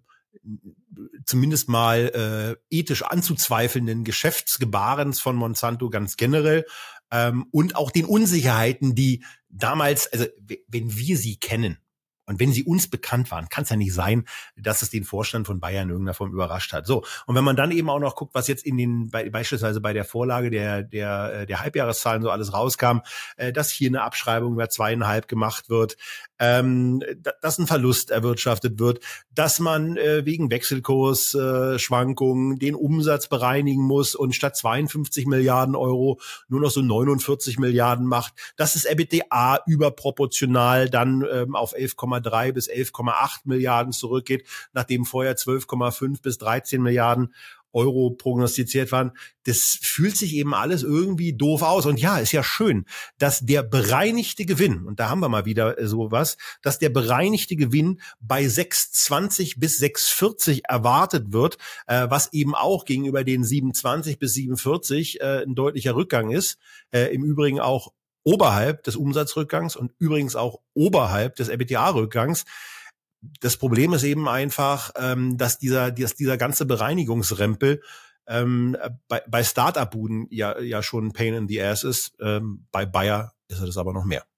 zumindest mal ethisch anzuzweifelnden Geschäftsgebarens von Monsanto ganz generell und auch den Unsicherheiten, die damals, also wenn wir sie kennen, und wenn sie uns bekannt waren, kann es ja nicht sein, dass es den Vorstand von Bayer in irgendeiner Form überrascht hat. So, und wenn man dann eben auch noch guckt, was jetzt beispielsweise bei der Vorlage der Halbjahreszahlen so alles rauskam, dass hier eine Abschreibung über 2,5 gemacht wird, dass ein Verlust erwirtschaftet wird, dass man wegen Wechselkursschwankungen den Umsatz bereinigen muss und statt 52 Milliarden Euro nur noch so 49 Milliarden macht, dass das EBITDA überproportional dann auf 11,3 bis 11,8 Milliarden zurückgeht, nachdem vorher 12,5 bis 13 Milliarden Euro prognostiziert waren. Das fühlt sich eben alles irgendwie doof aus. Und ja, ist ja schön, dass der bereinigte Gewinn, und da haben wir mal wieder sowas, dass der bereinigte Gewinn bei 6,20 bis 6,40 erwartet wird, was eben auch gegenüber den 7,20 bis 7,40 ein deutlicher Rückgang ist. Im Übrigen auch oberhalb des Umsatzrückgangs und übrigens auch oberhalb des EBITDA-Rückgangs. Das Problem ist eben einfach, dass dieser ganze Bereinigungsrempel bei Start-up-Buden ja schon ein Pain in the Ass ist. Bei Bayer ist es aber noch mehr.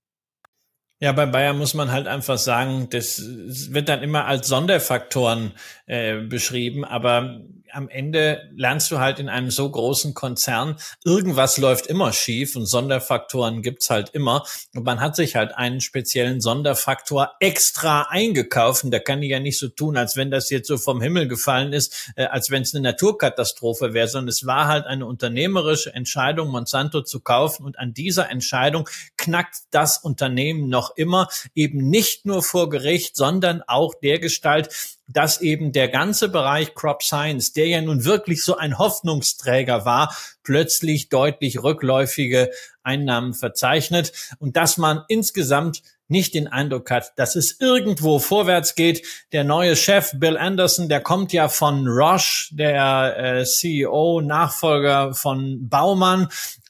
Ja, bei Bayer muss man halt einfach sagen, das wird dann immer als Sonderfaktoren beschrieben, aber am Ende lernst du halt in einem so großen Konzern, irgendwas läuft immer schief und Sonderfaktoren gibt's halt immer. Und man hat sich halt einen speziellen Sonderfaktor extra eingekauft und da kann ich ja nicht so tun, als wenn das jetzt so vom Himmel gefallen ist, als wenn es eine Naturkatastrophe wäre, sondern es war halt eine unternehmerische Entscheidung, Monsanto zu kaufen und an dieser Entscheidung knackt das Unternehmen noch immer, eben nicht nur vor Gericht, sondern auch dergestalt, dass eben der ganze Bereich Crop Science, der ja nun wirklich so ein Hoffnungsträger war, plötzlich deutlich rückläufige Einnahmen verzeichnet und dass man insgesamt nicht den Eindruck hat, dass es irgendwo vorwärts geht. Der neue Chef Bill Anderson, der kommt ja von Roche, der CEO, Nachfolger von Baumann.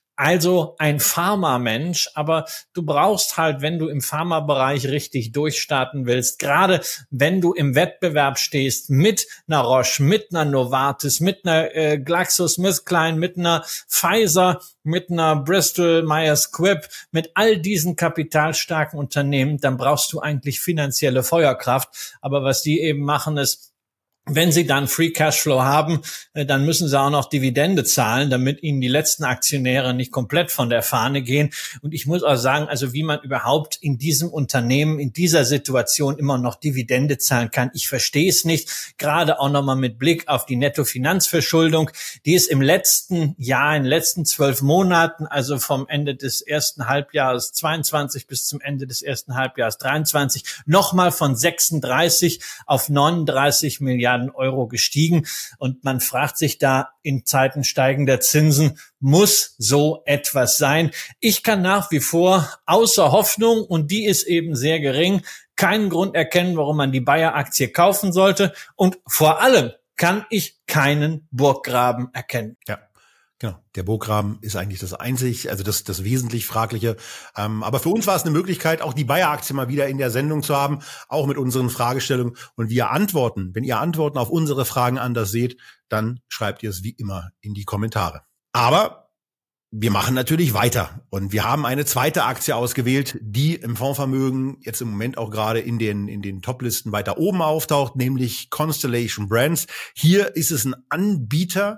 Also ein Pharma-Mensch, aber du brauchst halt, wenn du im Pharma-Bereich richtig durchstarten willst, gerade wenn du im Wettbewerb stehst mit einer Roche, mit einer Novartis, mit einer GlaxoSmithKline, mit einer Pfizer, mit einer Bristol Myers Squibb, mit all diesen kapitalstarken Unternehmen, dann brauchst du eigentlich finanzielle Feuerkraft. Aber was die eben machen ist, wenn sie dann Free Cashflow haben, dann müssen sie auch noch Dividende zahlen, damit ihnen die letzten Aktionäre nicht komplett von der Fahne gehen. Und ich muss auch sagen, also wie man überhaupt in diesem Unternehmen, in dieser Situation immer noch Dividende zahlen kann, ich verstehe es nicht. Gerade auch nochmal mit Blick auf die Nettofinanzverschuldung, die ist im letzten Jahr, in den letzten 12 Monaten, also vom Ende des ersten Halbjahres 22 bis zum Ende des ersten Halbjahres 23, nochmal von 36 auf 39 Milliarden Euro gestiegen. Und man fragt sich da in Zeiten steigender Zinsen, muss so etwas sein? Ich kann nach wie vor außer Hoffnung, und die ist eben sehr gering, keinen Grund erkennen, warum man die Bayer-Aktie kaufen sollte. Und vor allem kann ich keinen Burggraben erkennen. Ja. Genau, der Burggraben ist eigentlich das wesentlich Fragliche. Aber für uns war es eine Möglichkeit, auch die Bayer-Aktie mal wieder in der Sendung zu haben, auch mit unseren Fragestellungen. Und wenn ihr Antworten auf unsere Fragen anders seht, dann schreibt ihr es wie immer in die Kommentare. Aber wir machen natürlich weiter. Und wir haben eine zweite Aktie ausgewählt, die im Fondsvermögen jetzt im Moment auch gerade in den Top-Listen weiter oben auftaucht, nämlich Constellation Brands. Hier ist es ein Anbieter,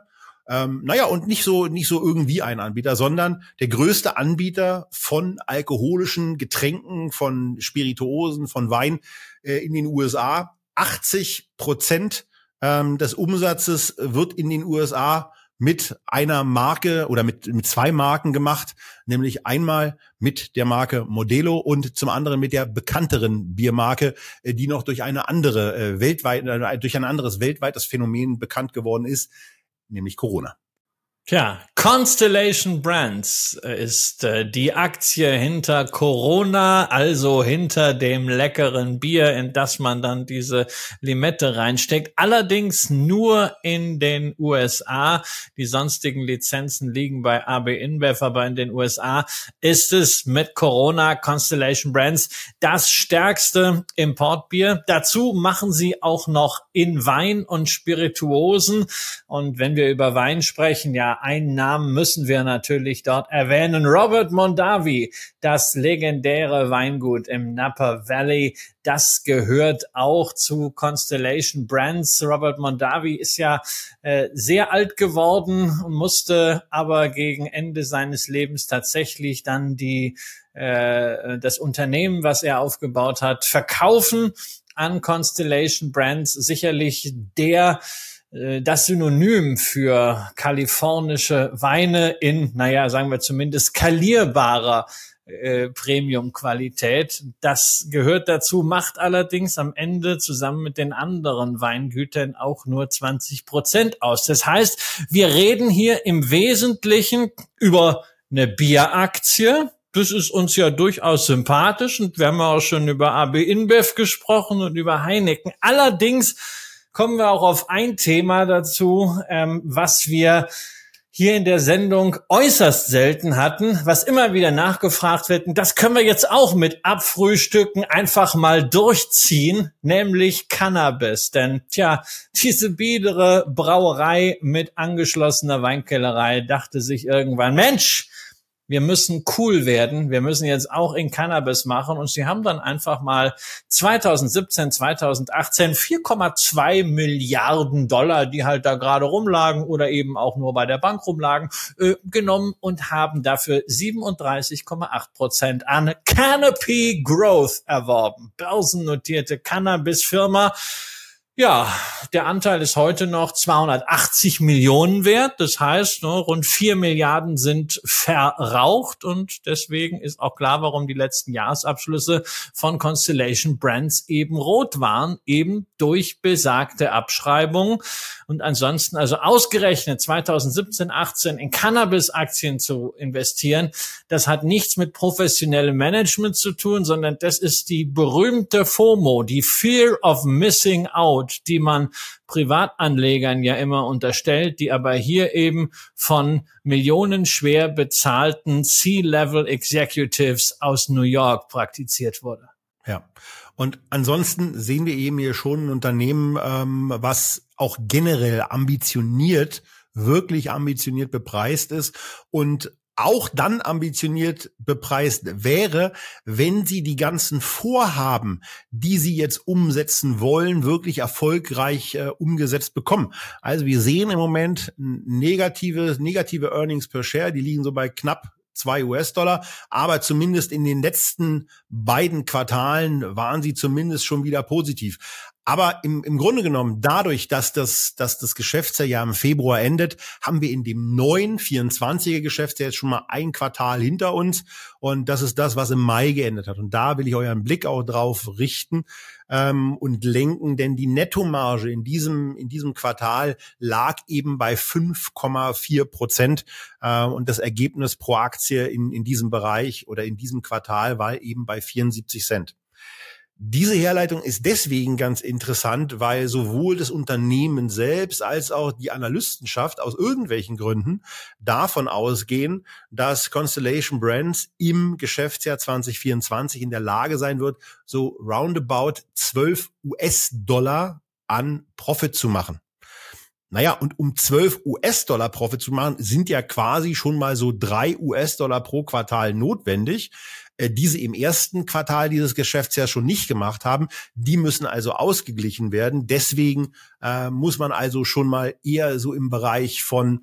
und nicht so irgendwie ein Anbieter, sondern der größte Anbieter von alkoholischen Getränken, von Spirituosen, von Wein in den USA. 80% des Umsatzes wird in den USA mit einer Marke oder mit zwei Marken gemacht, nämlich einmal mit der Marke Modelo und zum anderen mit der bekannteren Biermarke, die noch durch eine andere durch ein anderes weltweites Phänomen bekannt geworden ist, nämlich Corona. Tja, Constellation Brands ist die Aktie hinter Corona, also hinter dem leckeren Bier, in das man dann diese Limette reinsteckt. Allerdings nur in den USA. Die sonstigen Lizenzen liegen bei AB InBev, aber in den USA ist es mit Corona Constellation Brands das stärkste Importbier. Dazu machen sie auch noch in Wein und Spirituosen. Und wenn wir über Wein sprechen, ja, einen Namen müssen wir natürlich dort erwähnen. Robert Mondavi, das legendäre Weingut im Napa Valley, das gehört auch zu Constellation Brands. Robert Mondavi ist ja sehr alt geworden und musste aber gegen Ende seines Lebens tatsächlich dann das Unternehmen, was er aufgebaut hat, verkaufen an Constellation Brands. Sicherlich das Synonym für kalifornische Weine in, sagen wir zumindest skalierbarer Premium-Qualität. Das gehört dazu, macht allerdings am Ende zusammen mit den anderen Weingütern auch nur 20% aus. Das heißt, wir reden hier im Wesentlichen über eine Bieraktie. Das ist uns ja durchaus sympathisch und wir haben ja auch schon über AB InBev gesprochen und über Heineken. Allerdings kommen wir auch auf ein Thema dazu, was wir hier in der Sendung äußerst selten hatten, was immer wieder nachgefragt wird. Und das können wir jetzt auch mit abfrühstücken, einfach mal durchziehen, nämlich Cannabis. Denn, diese biedere Brauerei mit angeschlossener Weinkellerei dachte sich irgendwann, Mensch, wir müssen cool werden, wir müssen jetzt auch in Cannabis machen und sie haben dann einfach mal 2017, 2018 4,2 Milliarden $, die halt da gerade rumlagen oder eben auch nur bei der Bank rumlagen, genommen und haben dafür 37,8% an Canopy Growth erworben. Börsennotierte Cannabis-Firma. Ja, der Anteil ist heute noch 280 Millionen wert. Das heißt, rund 4 Milliarden sind verraucht und deswegen ist auch klar, warum die letzten Jahresabschlüsse von Constellation Brands eben rot waren, eben durch besagte Abschreibung. Und ansonsten, also ausgerechnet 2017, 18 in Cannabis-Aktien zu investieren, das hat nichts mit professionellem Management zu tun, sondern das ist die berühmte FOMO, die Fear of Missing Out, die man Privatanlegern ja immer unterstellt, die aber hier eben von millionenschwer bezahlten C-Level Executives aus New York praktiziert wurde. Ja, und ansonsten sehen wir eben hier schon ein Unternehmen, was auch generell wirklich ambitioniert bepreist ist und auch dann ambitioniert bepreist wäre, wenn sie die ganzen Vorhaben, die sie jetzt umsetzen wollen, wirklich erfolgreich umgesetzt bekommen. Also wir sehen im Moment negative Earnings per Share, die liegen so bei knapp $2, aber zumindest in den letzten beiden Quartalen waren sie zumindest schon wieder positiv. Aber im Grunde genommen, dadurch, dass das Geschäftsjahr im Februar endet, haben wir in dem neuen 24er Geschäftsjahr jetzt schon mal ein Quartal hinter uns. Und das ist das, was im Mai geendet hat. Und da will ich euren Blick auch drauf richten und lenken, denn die Nettomarge in diesem Quartal lag eben bei 5,4%. Und das Ergebnis pro Aktie in diesem Bereich oder in diesem Quartal war eben bei 74 Cent. Diese Herleitung ist deswegen ganz interessant, weil sowohl das Unternehmen selbst als auch die Analystenschaft aus irgendwelchen Gründen davon ausgehen, dass Constellation Brands im Geschäftsjahr 2024 in der Lage sein wird, so roundabout $12 an Profit zu machen. Naja, und um $12 Profit zu machen, sind ja quasi schon mal so $3 pro Quartal notwendig, die sie im ersten Quartal dieses Geschäftsjahres schon nicht gemacht haben. Die müssen also ausgeglichen werden. Deswegen muss man also schon mal eher so im Bereich von,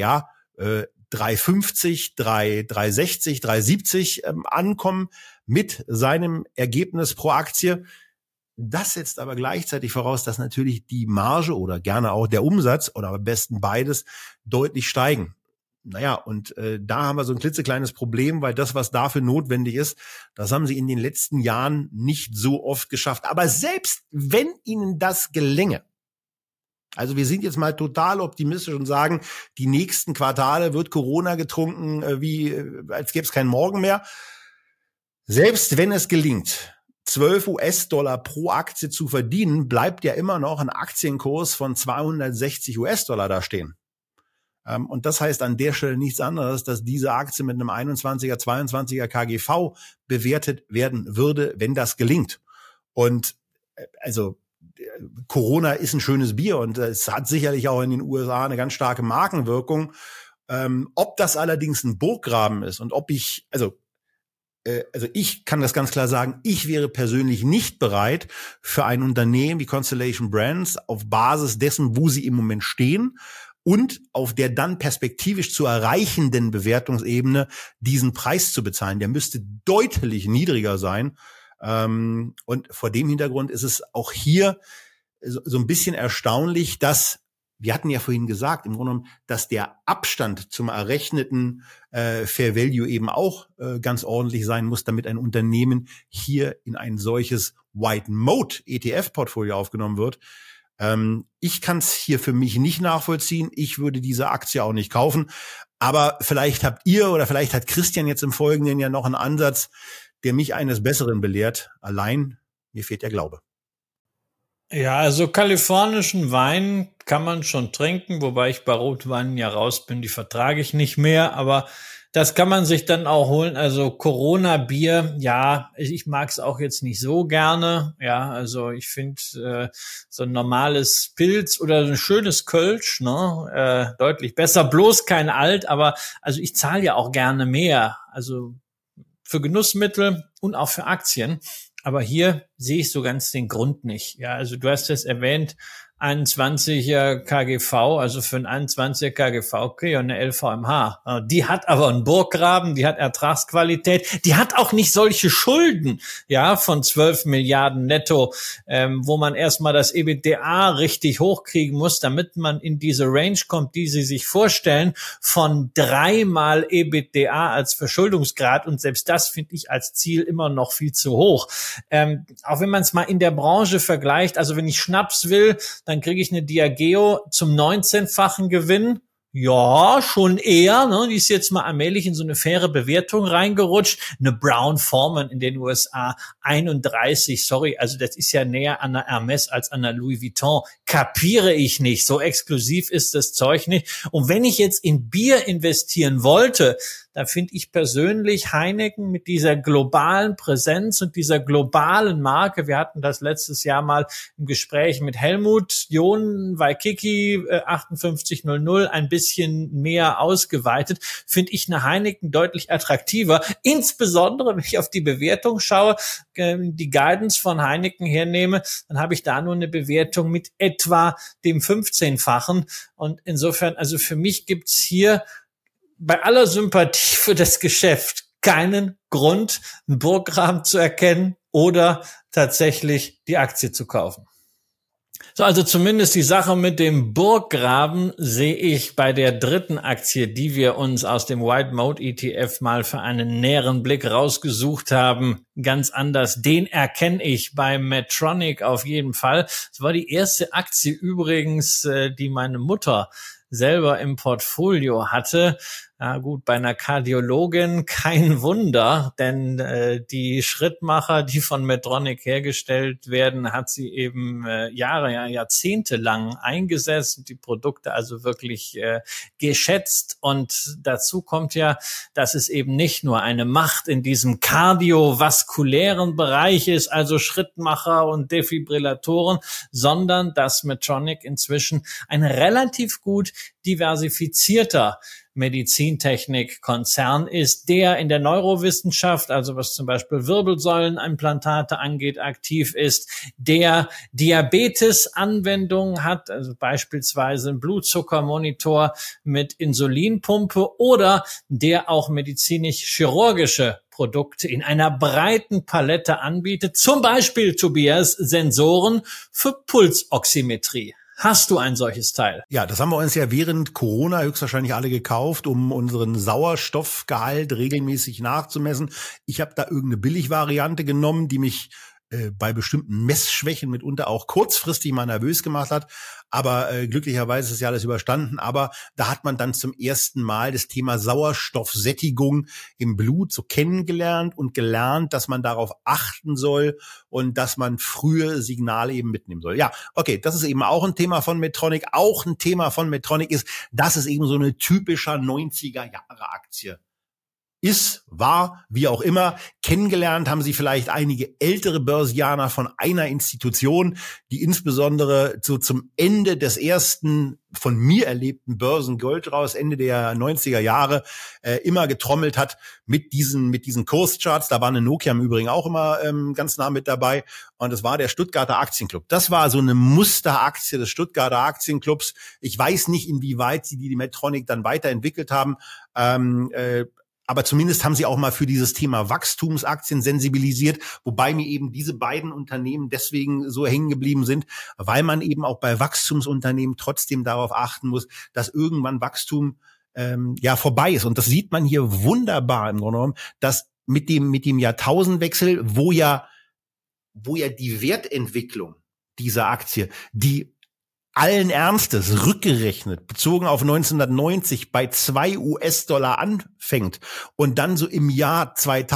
3,50, 3,60, 3,70 ankommen mit seinem Ergebnis pro Aktie. Das setzt aber gleichzeitig voraus, dass natürlich die Marge oder gerne auch der Umsatz oder am besten beides deutlich steigen. Naja, und da haben wir so ein klitzekleines Problem, weil das, was dafür notwendig ist, das haben sie in den letzten Jahren nicht so oft geschafft. Aber selbst wenn ihnen das gelänge, also wir sind jetzt mal total optimistisch und sagen, die nächsten Quartale wird Corona getrunken, als gäbe es keinen Morgen mehr. Selbst wenn es gelingt, $12 pro Aktie zu verdienen, bleibt ja immer noch ein Aktienkurs von $260 da stehen. Und das heißt an der Stelle nichts anderes, dass diese Aktie mit einem 21er, 22er KGV bewertet werden würde, wenn das gelingt. Und also Corona ist ein schönes Bier und es hat sicherlich auch in den USA eine ganz starke Markenwirkung. Ob das allerdings ein Burggraben ist und ich kann das ganz klar sagen, ich wäre persönlich nicht bereit, für ein Unternehmen wie Constellation Brands auf Basis dessen, wo sie im Moment stehen, und auf der dann perspektivisch zu erreichenden Bewertungsebene diesen Preis zu bezahlen. Der müsste deutlich niedriger sein. Und vor dem Hintergrund ist es auch hier so ein bisschen erstaunlich, dass wir hatten ja vorhin gesagt, im Grunde genommen, dass der Abstand zum errechneten Fair Value eben auch ganz ordentlich sein muss, damit ein Unternehmen hier in ein solches White Mode ETF-Portfolio aufgenommen wird. Ich kann es hier für mich nicht nachvollziehen. Ich würde diese Aktie auch nicht kaufen. Aber vielleicht habt ihr oder vielleicht hat Christian jetzt im Folgenden ja noch einen Ansatz, der mich eines Besseren belehrt. Allein, mir fehlt der Glaube. Ja, also kalifornischen Wein kann man schon trinken, wobei ich bei Rotweinen ja raus bin, die vertrage ich nicht mehr, aber das kann man sich dann auch holen. Also Corona-Bier, ja, ich mag es auch jetzt nicht so gerne. Ja, also ich finde so ein normales Pilz oder ein schönes Kölsch, ne, deutlich besser. Bloß kein Alt, aber also ich zahle ja auch gerne mehr. Also für Genussmittel und auch für Aktien. Aber hier sehe ich so ganz den Grund nicht. Ja, also du hast es erwähnt, 21er KGV, also für einen 21er KGV kriege ich eine LVMH. Die hat aber einen Burggraben, die hat Ertragsqualität, die hat auch nicht solche Schulden, ja, von 12 Milliarden netto, wo man erstmal das EBITDA richtig hochkriegen muss, damit man in diese Range kommt, die sie sich vorstellen, von 3-mal EBITDA als Verschuldungsgrad. Und selbst das finde ich als Ziel immer noch viel zu hoch. Auch wenn man es mal in der Branche vergleicht, also wenn ich Schnaps will, dann kriege ich eine Diageo zum 19-fachen Gewinn. Ja, schon eher, ne? Die ist jetzt mal allmählich in so eine faire Bewertung reingerutscht. Eine Brown Forman in den USA 31, sorry, also das ist ja näher an einer Hermes als an einer Louis Vuitton. Kapiere ich nicht, so exklusiv ist das Zeug nicht. Und wenn ich jetzt in Bier investieren wollte, da finde ich persönlich Heineken mit dieser globalen Präsenz und dieser globalen Marke, wir hatten das letztes Jahr mal im Gespräch mit Helmut John, Waikiki 5800, ein bisschen mehr ausgeweitet, finde ich eine Heineken deutlich attraktiver. Insbesondere, wenn ich auf die Bewertung schaue, die Guidance von Heineken hernehme, dann habe ich da nur eine Bewertung mit etwa dem 15-fachen. Und insofern, also für mich gibt's hier bei aller Sympathie für das Geschäft keinen Grund, einen Burggraben zu erkennen oder tatsächlich die Aktie zu kaufen. So, also zumindest die Sache mit dem Burggraben sehe ich bei der dritten Aktie, die wir uns aus dem White Mode ETF mal für einen näheren Blick rausgesucht haben, ganz anders. Den erkenne ich bei Medtronic auf jeden Fall. Es war die erste Aktie übrigens, die meine Mutter selber im Portfolio hatte. Ja gut, bei einer Kardiologin kein Wunder, denn die Schrittmacher, die von Medtronic hergestellt werden, hat sie eben Jahrzehnte lang eingesetzt, die Produkte also wirklich geschätzt. Und dazu kommt ja, dass es eben nicht nur eine Macht in diesem kardiovaskulären Bereich ist, also Schrittmacher und Defibrillatoren, sondern dass Medtronic inzwischen ein relativ gut diversifizierter Medizintechnik-Konzern ist, der in der Neurowissenschaft, also was zum Beispiel Wirbelsäulenimplantate angeht, aktiv ist, der Diabetes-Anwendungen hat, also beispielsweise einen Blutzuckermonitor mit Insulinpumpe oder der auch medizinisch-chirurgische Produkte in einer breiten Palette anbietet, zum Beispiel, Tobias, Sensoren für Pulsoximetrie. Hast du ein solches Teil? Ja, das haben wir uns ja während Corona höchstwahrscheinlich alle gekauft, um unseren Sauerstoffgehalt regelmäßig nachzumessen. Ich habe da irgendeine Billigvariante genommen, die mich bei bestimmten Messschwächen mitunter auch kurzfristig mal nervös gemacht hat. Aber glücklicherweise ist ja alles überstanden. Aber da hat man dann zum ersten Mal das Thema Sauerstoffsättigung im Blut so kennengelernt und gelernt, dass man darauf achten soll und dass man frühe Signale eben mitnehmen soll. Ja, okay, das ist eben auch ein Thema von Medtronic. Auch ein Thema von Medtronic ist, dass es eben so eine typischer 90er-Jahre-Aktie war, wie auch immer. Kennengelernt haben sie vielleicht einige ältere Börsianer von einer Institution, die insbesondere zum Ende des ersten von mir erlebten Börsengold-Raus, Ende der 90er Jahre, immer getrommelt hat mit diesen Kurscharts. Da war eine Nokia im Übrigen auch immer ganz nah mit dabei. Und das war der Stuttgarter Aktienclub. Das war so eine Musteraktie des Stuttgarter Aktienclubs. Ich weiß nicht, inwieweit sie die Medtronic dann weiterentwickelt haben. aber zumindest haben sie auch mal für dieses Thema Wachstumsaktien sensibilisiert, wobei mir eben diese beiden Unternehmen deswegen so hängen geblieben sind, weil man eben auch bei Wachstumsunternehmen trotzdem darauf achten muss, dass irgendwann Wachstum vorbei ist. Und das sieht man hier wunderbar im Grunde genommen, dass mit dem Jahrtausendwechsel, wo ja die Wertentwicklung dieser Aktie, die allen Ernstes rückgerechnet, bezogen auf 1990 bei $2 anfängt und dann so im Jahr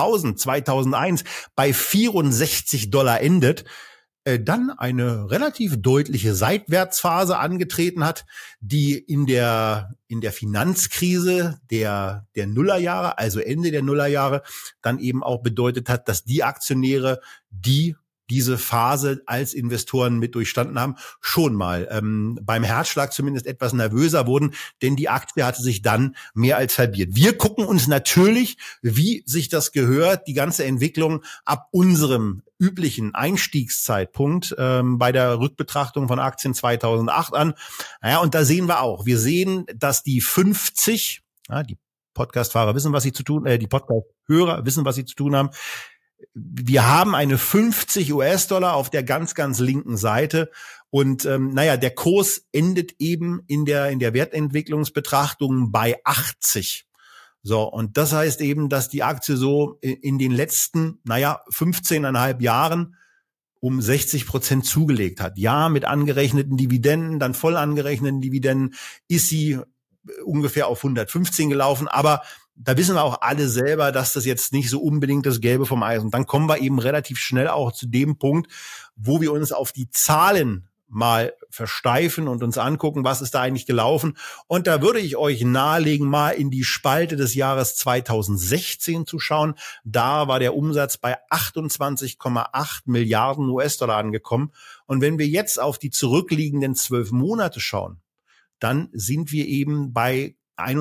2001 bei $64 endet, dann eine relativ deutliche Seitwärtsphase angetreten hat, die in der Finanzkrise der Nullerjahre, also Ende der Nullerjahre, dann eben auch bedeutet hat, dass die Aktionäre, die diese Phase als Investoren mit durchstanden haben, schon mal beim Herzschlag zumindest etwas nervöser wurden, denn die Aktie hatte sich dann mehr als halbiert. Wir gucken uns natürlich, wie sich das gehört, die ganze Entwicklung ab unserem üblichen Einstiegszeitpunkt bei der Rückbetrachtung von Aktien 2008 an. Naja, und da sehen wir sehen, dass die 50, die Podcast-Fahrer wissen, was sie zu tun, die Podcast-Hörer wissen, was sie zu tun haben. Wir haben eine 50 US-Dollar auf der ganz, ganz linken Seite und der Kurs endet eben in der Wertentwicklungsbetrachtung bei 80. So, und das heißt eben, dass die Aktie so in den letzten, 15,5 Jahren um 60% zugelegt hat. Ja, mit angerechneten Dividenden, dann voll angerechneten Dividenden ist sie ungefähr auf 115 gelaufen, aber da wissen wir auch alle selber, dass das jetzt nicht so unbedingt das Gelbe vom Ei ist. Und dann kommen wir eben relativ schnell auch zu dem Punkt, wo wir uns auf die Zahlen mal versteifen und uns angucken, was ist da eigentlich gelaufen. Und da würde ich euch nahelegen, mal in die Spalte des Jahres 2016 zu schauen. Da war der Umsatz bei 28,8 Milliarden US-Dollar angekommen. Und wenn wir jetzt auf die zurückliegenden 12 Monate schauen, dann sind wir eben bei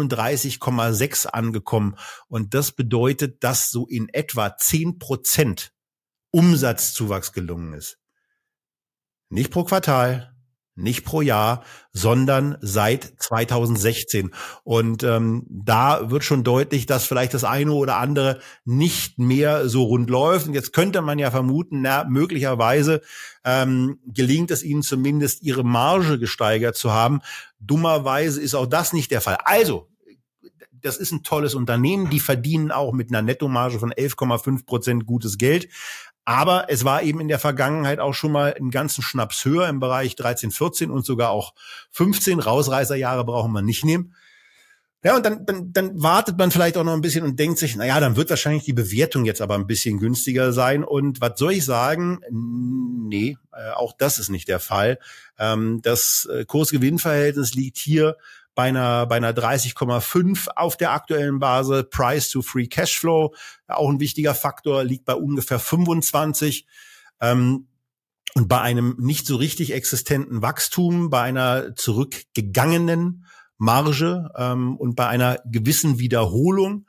31,6 angekommen. Und das bedeutet, dass so in etwa 10% Umsatzzuwachs gelungen ist. Nicht pro Quartal, nicht pro Jahr, sondern seit 2016. Und da wird schon deutlich, dass vielleicht das eine oder andere nicht mehr so rund läuft. Und jetzt könnte man ja vermuten, möglicherweise gelingt es ihnen zumindest, ihre Marge gesteigert zu haben. Dummerweise ist auch das nicht der Fall. Also, das ist ein tolles Unternehmen. Die verdienen auch mit einer Nettomarge von 11,5% gutes Geld. Aber es war eben in der Vergangenheit auch schon mal einen ganzen Schnaps höher im Bereich 13, 14 und sogar auch 15. Rausreißerjahre brauchen wir nicht nehmen. Ja, und dann wartet man vielleicht auch noch ein bisschen und denkt sich, dann wird wahrscheinlich die Bewertung jetzt aber ein bisschen günstiger sein. Und was soll ich sagen? Nee, auch das ist nicht der Fall. Das Kurs-Gewinn-Verhältnis liegt hier bei einer 30,5 auf der aktuellen Base. Price to Free Cashflow, auch ein wichtiger Faktor, liegt bei ungefähr 25. Und bei einem nicht so richtig existenten Wachstum, bei einer zurückgegangenen Marge und bei einer gewissen Wiederholung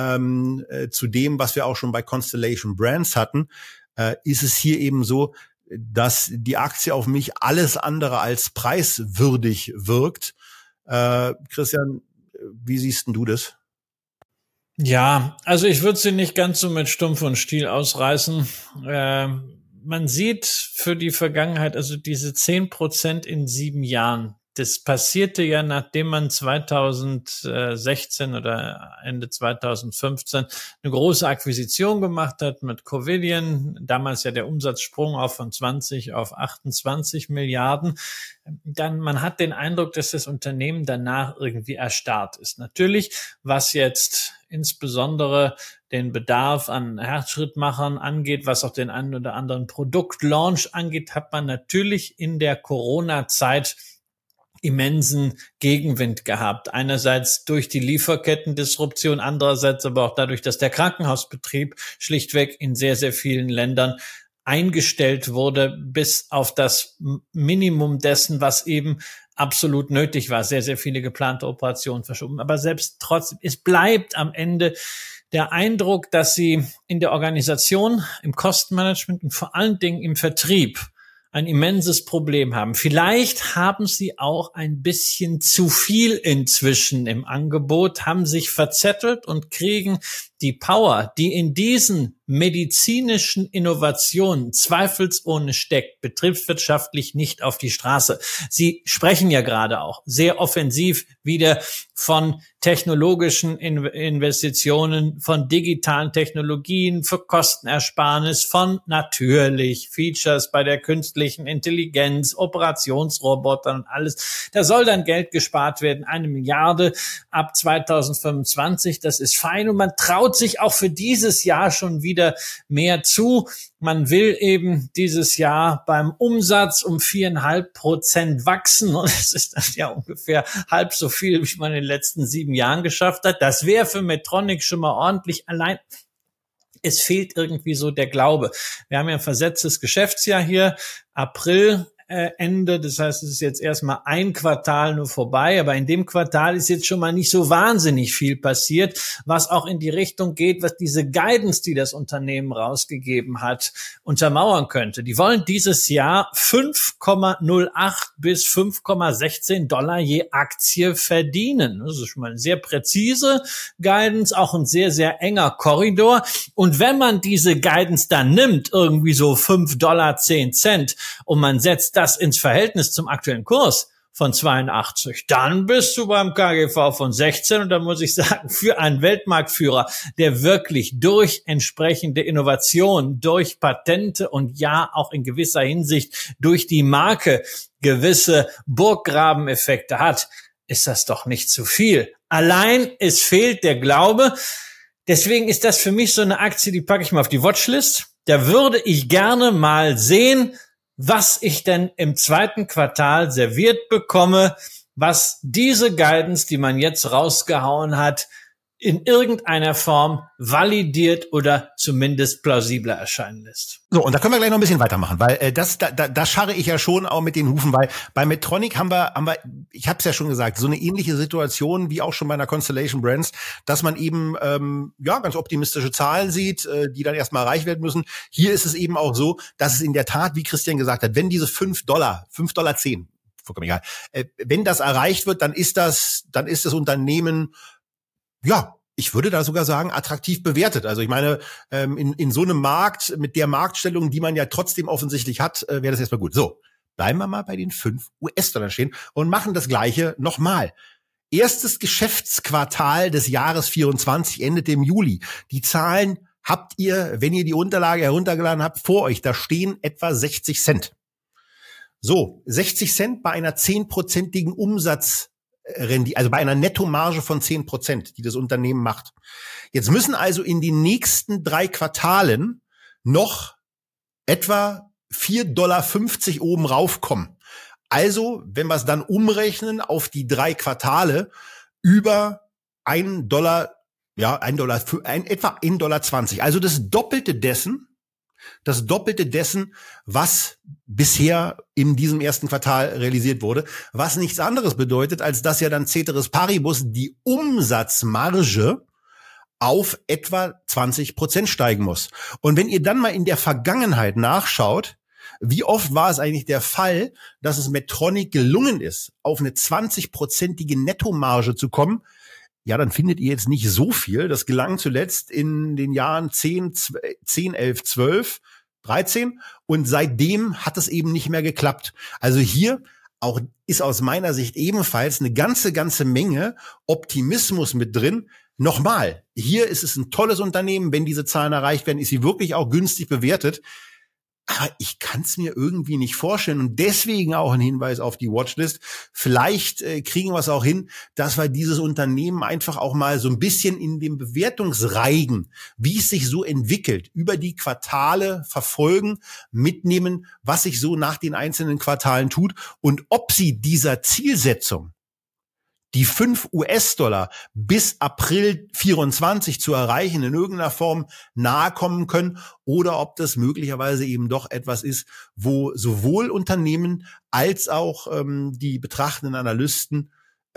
zu dem, was wir auch schon bei Constellation Brands hatten, ist es hier eben so, dass die Aktie auf mich alles andere als preiswürdig wirkt. Christian, wie siehst denn du das? Ja, also ich würde sie nicht ganz so mit Stumpf und Stiel ausreißen. Man sieht für die Vergangenheit, also diese 10% in 7 Jahren, das passierte ja, nachdem man 2016 oder Ende 2015 eine große Akquisition gemacht hat mit Covidien. Damals ja der Umsatzsprung auch von 20 auf 28 Milliarden. Dann, man hat den Eindruck, dass das Unternehmen danach irgendwie erstarrt ist. Natürlich, was jetzt insbesondere den Bedarf an Herzschrittmachern angeht, was auch den einen oder anderen Produktlaunch angeht, hat man natürlich in der Corona-Zeit immensen Gegenwind gehabt. Einerseits durch die Lieferkettendisruption, andererseits aber auch dadurch, dass der Krankenhausbetrieb schlichtweg in sehr, sehr vielen Ländern eingestellt wurde, bis auf das Minimum dessen, was eben absolut nötig war. Sehr, sehr viele geplante Operationen verschoben. Aber selbst trotzdem, es bleibt am Ende der Eindruck, dass sie in der Organisation, im Kostenmanagement und vor allen Dingen im Vertrieb ein immenses Problem haben. Vielleicht haben sie auch ein bisschen zu viel inzwischen im Angebot, haben sich verzettelt und kriegen die Power, die in diesen medizinischen Innovationen zweifelsohne steckt, betriebswirtschaftlich nicht auf die Straße. Sie sprechen ja gerade auch sehr offensiv wieder von technologischen Investitionen, von digitalen Technologien für Kostenersparnis, von natürlich Features bei der künstlichen Intelligenz, Operationsrobotern und alles. Da soll dann Geld gespart werden, 1 Milliarde ab 2025. Das ist fein und man traut sich auch für dieses Jahr schon wieder mehr zu. Man will eben dieses Jahr beim Umsatz um 4,5% wachsen und es ist dann ja ungefähr halb so viel, wie man in den letzten 7 Jahren geschafft hat. Das wäre für Medtronic schon mal ordentlich. Allein es fehlt irgendwie so der Glaube. Wir haben ja ein versetztes Geschäftsjahr hier, April Ende, das heißt, es ist jetzt erstmal ein Quartal nur vorbei, aber in dem Quartal ist jetzt schon mal nicht so wahnsinnig viel passiert, was auch in die Richtung geht, was diese Guidance, die das Unternehmen rausgegeben hat, untermauern könnte. Die wollen dieses Jahr 5,08 bis 5,16 Dollar je Aktie verdienen. Das ist schon mal eine sehr präzise Guidance, auch ein sehr, sehr enger Korridor. Und wenn man diese Guidance dann nimmt, irgendwie so 5,10 Dollar und man setzt das ins Verhältnis zum aktuellen Kurs von 82, dann bist du beim KGV von 16 und da muss ich sagen, für einen Weltmarktführer, der wirklich durch entsprechende Innovation, durch Patente und ja auch in gewisser Hinsicht durch die Marke gewisse Burggrabeneffekte hat, ist das doch nicht zu viel. Allein es fehlt der Glaube. Deswegen ist das für mich so eine Aktie, die packe ich mal auf die Watchlist. Da würde ich gerne mal sehen, was ich denn im 2. Quartal serviert bekomme, was diese Guidance, die man jetzt rausgehauen hat, in irgendeiner Form validiert oder zumindest plausibler erscheinen lässt. So, und da können wir gleich noch ein bisschen weitermachen, weil da scharre ich ja schon auch mit den Hufen, weil bei Medtronic haben wir, ich habe es ja schon gesagt, so eine ähnliche Situation wie auch schon bei einer Constellation Brands, dass man eben ganz optimistische Zahlen sieht, die dann erstmal erreicht werden müssen. Hier ist es eben auch so, dass es in der Tat, wie Christian gesagt hat, wenn diese 5 Dollar 10, vollkommen egal, wenn das erreicht wird, dann ist das Unternehmen, ja, ich würde da sogar sagen, attraktiv bewertet. Also ich meine, in so einem Markt, mit der Marktstellung, die man ja trotzdem offensichtlich hat, wäre das erstmal gut. So, bleiben wir mal bei den 5 US-Dollar stehen und machen das Gleiche nochmal. Erstes Geschäftsquartal des Jahres 24 endet im Juli. Die Zahlen habt ihr, wenn ihr die Unterlage heruntergeladen habt, vor euch. Da stehen etwa 60 Cent. So, 60 Cent bei einer 10%igen Umsatzrendite, also bei einer Nettomarge von 10%, die das Unternehmen macht. Jetzt müssen also in den nächsten 3 Quartalen noch etwa 4,50 Dollar oben raufkommen. Also, wenn wir es dann umrechnen auf die 3 Quartale, über $1, etwa $1,20 Dollar. Also das Doppelte dessen, was bisher in diesem ersten Quartal realisiert wurde, was nichts anderes bedeutet, als dass ja dann Ceteris Paribus die Umsatzmarge auf etwa 20% steigen muss. Und wenn ihr dann mal in der Vergangenheit nachschaut, wie oft war es eigentlich der Fall, dass es Medtronic gelungen ist, auf eine 20%ige Nettomarge zu kommen, ja, dann findet ihr jetzt nicht so viel. Das gelang zuletzt in den Jahren 10, 11, 12, 13 und seitdem hat es eben nicht mehr geklappt. Also hier auch ist aus meiner Sicht ebenfalls eine ganze Menge Optimismus mit drin. Nochmal, hier ist es ein tolles Unternehmen. Wenn diese Zahlen erreicht werden, ist sie wirklich auch günstig bewertet. Aber ich kann es mir irgendwie nicht vorstellen und deswegen auch ein Hinweis auf die Watchlist. Vielleicht kriegen wir es auch hin, dass wir dieses Unternehmen einfach auch mal so ein bisschen in dem Bewertungsreigen, wie es sich so entwickelt, über die Quartale verfolgen, mitnehmen, was sich so nach den einzelnen Quartalen tut und ob sie dieser Zielsetzung, die 5 US-Dollar bis April 24 zu erreichen, in irgendeiner Form nahe kommen können oder ob das möglicherweise eben doch etwas ist, wo sowohl Unternehmen als auch die betrachtenden Analysten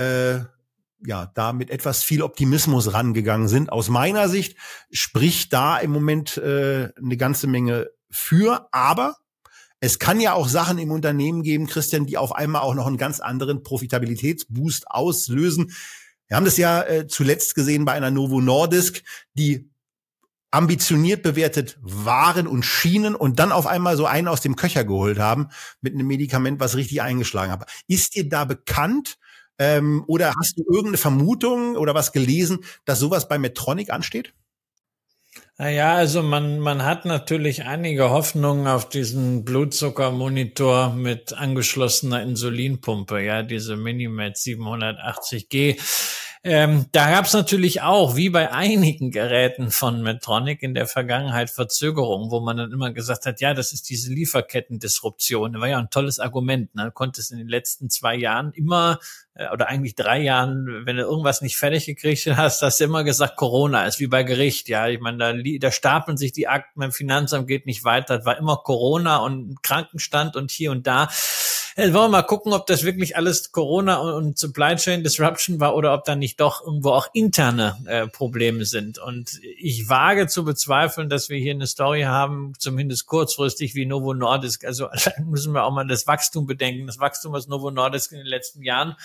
da mit etwas viel Optimismus rangegangen sind. Aus meiner Sicht spricht da im Moment eine ganze Menge für, aber Es kann ja auch Sachen im Unternehmen geben, Christian, die auf einmal auch noch einen ganz anderen Profitabilitätsboost auslösen. Wir haben das ja zuletzt gesehen bei einer Novo Nordisk, die ambitioniert bewertet waren und schienen und dann auf einmal so einen aus dem Köcher geholt haben mit einem Medikament, was richtig eingeschlagen hat. Ist dir da bekannt oder hast du irgendeine Vermutung oder was gelesen, dass sowas bei Medtronic ansteht? Naja, also man hat natürlich einige Hoffnungen auf diesen Blutzuckermonitor mit angeschlossener Insulinpumpe, ja, diese Minimed 780G. Da gab es natürlich auch, wie bei einigen Geräten von Medtronic in der Vergangenheit, Verzögerungen, wo man dann immer gesagt hat, ja, das ist diese Lieferkettendisruption. Das war ja ein tolles Argument. Ne? Du konntest in den letzten 2 Jahren immer oder eigentlich 3 Jahren, wenn du irgendwas nicht fertig gekriegt hast du immer gesagt, Corona ist wie bei Gericht. Ja, ich meine, da stapeln sich die Akten, beim Finanzamt geht nicht weiter. Das war immer Corona und Krankenstand und hier und da. Jetzt wollen wir mal gucken, ob das wirklich alles Corona und Supply Chain Disruption war oder ob da nicht doch irgendwo auch interne Probleme sind. Und ich wage zu bezweifeln, dass wir hier eine Story haben, zumindest kurzfristig wie Novo Nordisk. Also müssen wir auch mal das Wachstum bedenken. Das Wachstum, was Novo Nordisk in den letzten Jahren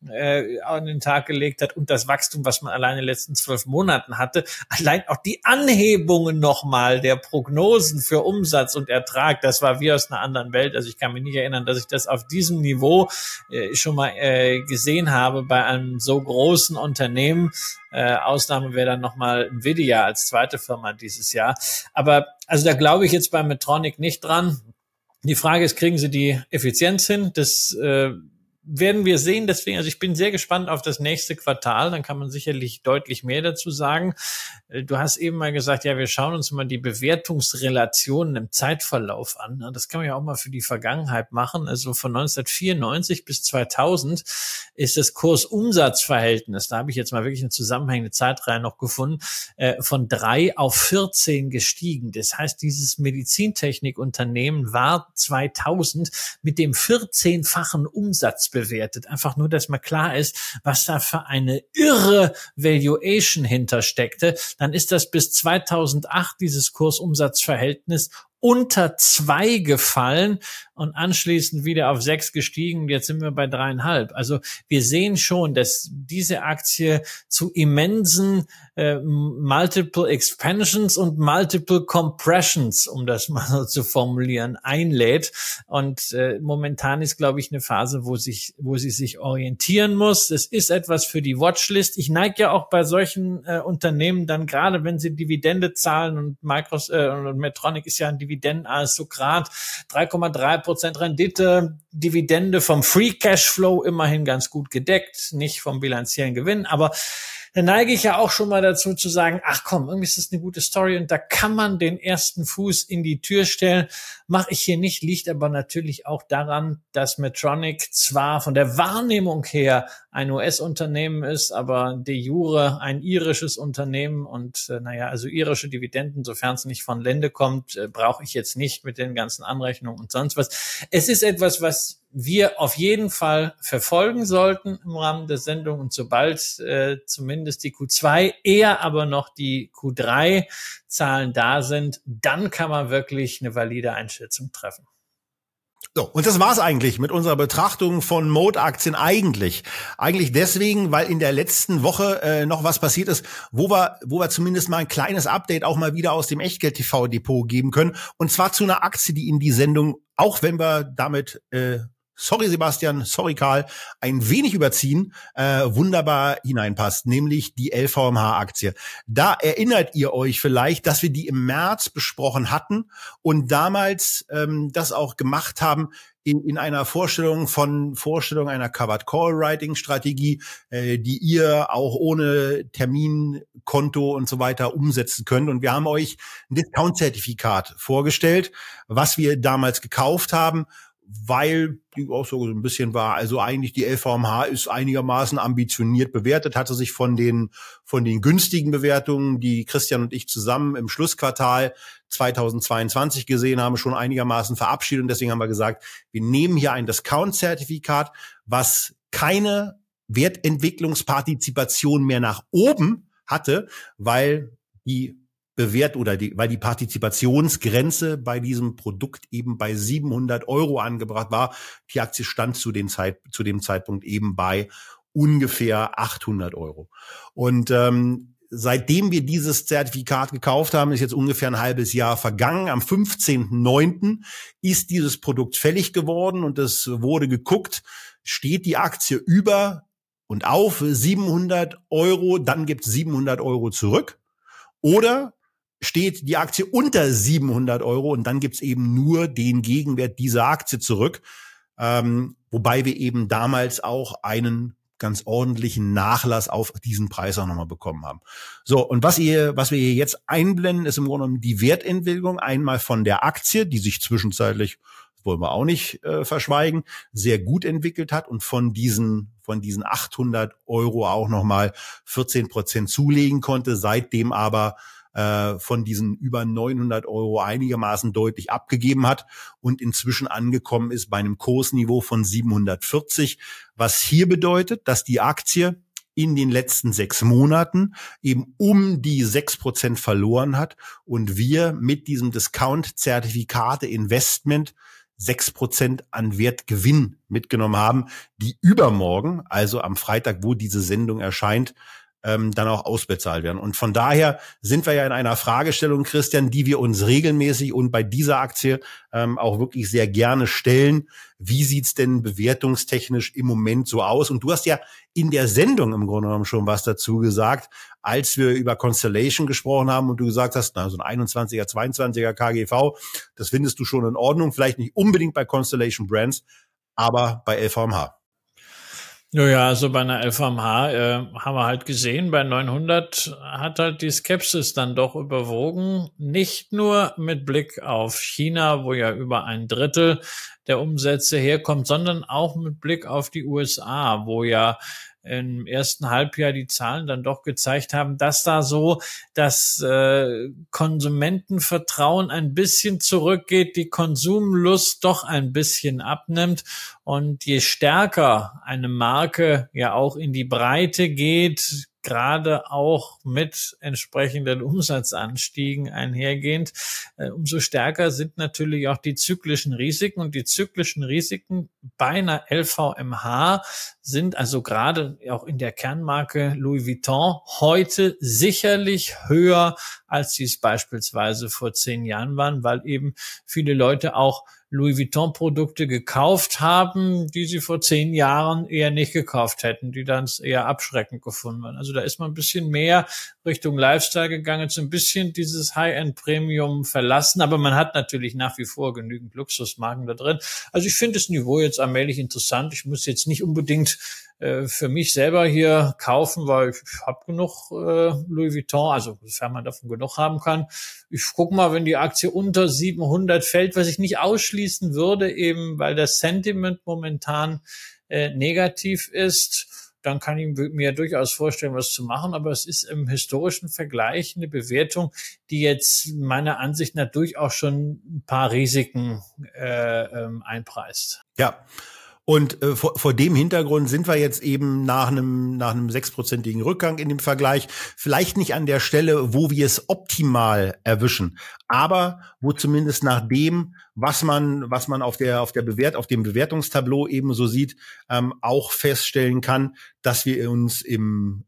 an den Tag gelegt hat und das Wachstum, was man allein in den letzten 12 Monaten hatte. Allein auch die Anhebungen nochmal der Prognosen für Umsatz und Ertrag, das war wie aus einer anderen Welt. Also ich kann mich nicht erinnern, dass ich das auf diesem Niveau schon mal gesehen habe bei einem so großen Unternehmen. Ausnahme wäre dann nochmal Nvidia als zweite Firma dieses Jahr. Aber also da glaube ich jetzt bei Medtronic nicht dran. Die Frage ist, kriegen sie die Effizienz hin? Das werden wir sehen. Deswegen, also ich bin sehr gespannt auf das nächste Quartal. Dann kann man sicherlich deutlich mehr dazu sagen. Du hast eben mal gesagt, ja, wir schauen uns mal die Bewertungsrelationen im Zeitverlauf an. Das kann man ja auch mal für die Vergangenheit machen. Also von 1994 bis 2000 ist das Kurs-Umsatz-Verhältnis, da habe ich jetzt mal wirklich eine zusammenhängende Zeitreihe noch gefunden, von 3 auf 14 gestiegen. Das heißt, dieses Medizintechnikunternehmen war 2000 mit dem 14-fachen Umsatz bewertet. Einfach nur, dass mal klar ist, was da für eine irre Valuation hintersteckte. Dann ist das bis 2008 dieses Kursumsatzverhältnis unter 2 gefallen und anschließend wieder auf 6 gestiegen. Jetzt sind wir bei 3,5. Also wir sehen schon, dass diese Aktie zu immensen Multiple Expansions und Multiple Compressions, um das mal so zu formulieren, einlädt. Und momentan ist, glaube ich, eine Phase, wo sie sich orientieren muss. Es ist etwas für die Watchlist. Ich neige ja auch bei solchen Unternehmen dann gerade, wenn sie Dividende zahlen und und Medtronic ist ja ein Dividendenaristokrat, 3,3% Rendite, Dividende vom Free Cashflow immerhin ganz gut gedeckt, nicht vom bilanziellen Gewinn, aber dann neige ich ja auch schon mal dazu zu sagen, ach komm, irgendwie ist das eine gute Story und da kann man den ersten Fuß in die Tür stellen. Mache ich hier nicht, liegt aber natürlich auch daran, dass Medtronic zwar von der Wahrnehmung her ein US-Unternehmen ist, aber de jure ein irisches Unternehmen und also irische Dividenden, sofern es nicht von Lände kommt, brauche ich jetzt nicht mit den ganzen Anrechnungen und sonst was. Es ist etwas, was wir auf jeden Fall verfolgen sollten im Rahmen der Sendung und sobald zumindest die Q2, eher aber noch die Q3-Zahlen da sind, dann kann man wirklich eine valide Einschätzung treffen. So, und das war's eigentlich mit unserer Betrachtung von Mode-Aktien eigentlich. Eigentlich deswegen, weil in der letzten Woche noch was passiert ist, wo wir zumindest mal ein kleines Update auch mal wieder aus dem Echtgeld-TV-Depot geben können. Und zwar zu einer Aktie, die in die Sendung, auch wenn wir damit sorry Sebastian, sorry Karl, ein wenig überziehen, wunderbar hineinpasst, nämlich die LVMH-Aktie. Da erinnert ihr euch vielleicht, dass wir die im März besprochen hatten und damals das auch gemacht haben in einer Vorstellung einer Covered Call Writing Strategie, die ihr auch ohne Terminkonto und so weiter umsetzen könnt. Und wir haben euch ein Discount-Zertifikat vorgestellt, was wir damals gekauft haben, weil die auch so ein bisschen war, also eigentlich die LVMH ist einigermaßen ambitioniert bewertet, hatte sich von den günstigen Bewertungen, die Christian und ich zusammen im Schlussquartal 2022 gesehen haben, schon einigermaßen verabschiedet. Und deswegen haben wir gesagt, wir nehmen hier ein Discount-Zertifikat, was keine Wertentwicklungspartizipation mehr nach oben hatte, weil die weil die Partizipationsgrenze bei diesem Produkt eben bei 700 € angebracht war. Die Aktie stand zu dem Zeitpunkt eben bei ungefähr 800 €. Und seitdem wir dieses Zertifikat gekauft haben, ist jetzt ungefähr ein halbes Jahr vergangen. Am 15.09. ist dieses Produkt fällig geworden und es wurde geguckt, steht die Aktie über und auf 700 €, dann gibt es 700 € zurück. Oder steht die Aktie unter 700 € und dann gibt's eben nur den Gegenwert dieser Aktie zurück. Wobei wir eben damals auch einen ganz ordentlichen Nachlass auf diesen Preis auch nochmal bekommen haben. So, und was wir hier jetzt einblenden, ist im Grunde genommen die Wertentwicklung einmal von der Aktie, die sich zwischenzeitlich, wollen wir auch nicht verschweigen, sehr gut entwickelt hat und von diesen 800 € auch nochmal 14% zulegen konnte, seitdem aber von diesen über 900 € einigermaßen deutlich abgegeben hat und inzwischen angekommen ist bei einem Kursniveau von 740, was hier bedeutet, dass die Aktie in den letzten 6 Monaten eben um die 6% verloren hat und wir mit diesem Discount-Zertifikate-Investment 6% an Wertgewinn mitgenommen haben, die übermorgen, also am Freitag, wo diese Sendung erscheint, dann auch ausbezahlt werden. Und von daher sind wir ja in einer Fragestellung, Christian, die wir uns regelmäßig und bei dieser Aktie auch wirklich sehr gerne stellen. Wie sieht's denn bewertungstechnisch im Moment so aus? Und du hast ja in der Sendung im Grunde genommen schon was dazu gesagt, als wir über Constellation gesprochen haben und du gesagt hast, na, so ein 21er, 22er KGV, das findest du schon in Ordnung. Vielleicht nicht unbedingt bei Constellation Brands, aber bei LVMH. Ja, also bei einer LVMH haben wir halt gesehen, bei 900 hat halt die Skepsis dann doch überwogen. Nicht nur mit Blick auf China, wo ja über 1/3 der Umsätze herkommt, sondern auch mit Blick auf die USA, wo ja im ersten Halbjahr die Zahlen dann doch gezeigt haben, dass da so das Konsumentenvertrauen ein bisschen zurückgeht, die Konsumlust doch ein bisschen abnimmt. Und je stärker eine Marke ja auch in die Breite geht, gerade auch mit entsprechenden Umsatzanstiegen einhergehend, umso stärker sind natürlich auch die zyklischen Risiken. Und die zyklischen Risiken bei einer LVMH sind also gerade auch in der Kernmarke Louis Vuitton heute sicherlich höher, als sie es beispielsweise vor 10 Jahren waren, weil eben viele Leute auch Louis Vuitton-Produkte gekauft haben, die sie vor 10 Jahren eher nicht gekauft hätten, die dann eher abschreckend gefunden haben. Also da ist man ein bisschen mehr Richtung Lifestyle gegangen, so ein bisschen dieses High-End-Premium verlassen, aber man hat natürlich nach wie vor genügend Luxusmarken da drin. Also ich finde das Niveau jetzt allmählich interessant. Ich muss jetzt nicht unbedingt für mich selber hier kaufen, weil ich habe genug Louis Vuitton, also sofern man davon genug haben kann. Ich gucke mal, wenn die Aktie unter 700 fällt, was ich nicht ausschließen würde, eben weil das Sentiment momentan negativ ist, dann kann ich mir durchaus vorstellen, was zu machen. Aber es ist im historischen Vergleich eine Bewertung, die jetzt meiner Ansicht nach durchaus schon ein paar Risiken einpreist. Ja. Und vor dem Hintergrund sind wir jetzt eben nach einem 6%igen Rückgang in dem Vergleich vielleicht nicht an der Stelle, wo wir es optimal erwischen, aber wo zumindest nach dem, was man auf dem Bewertungstableau eben so sieht, auch feststellen kann, dass wir uns im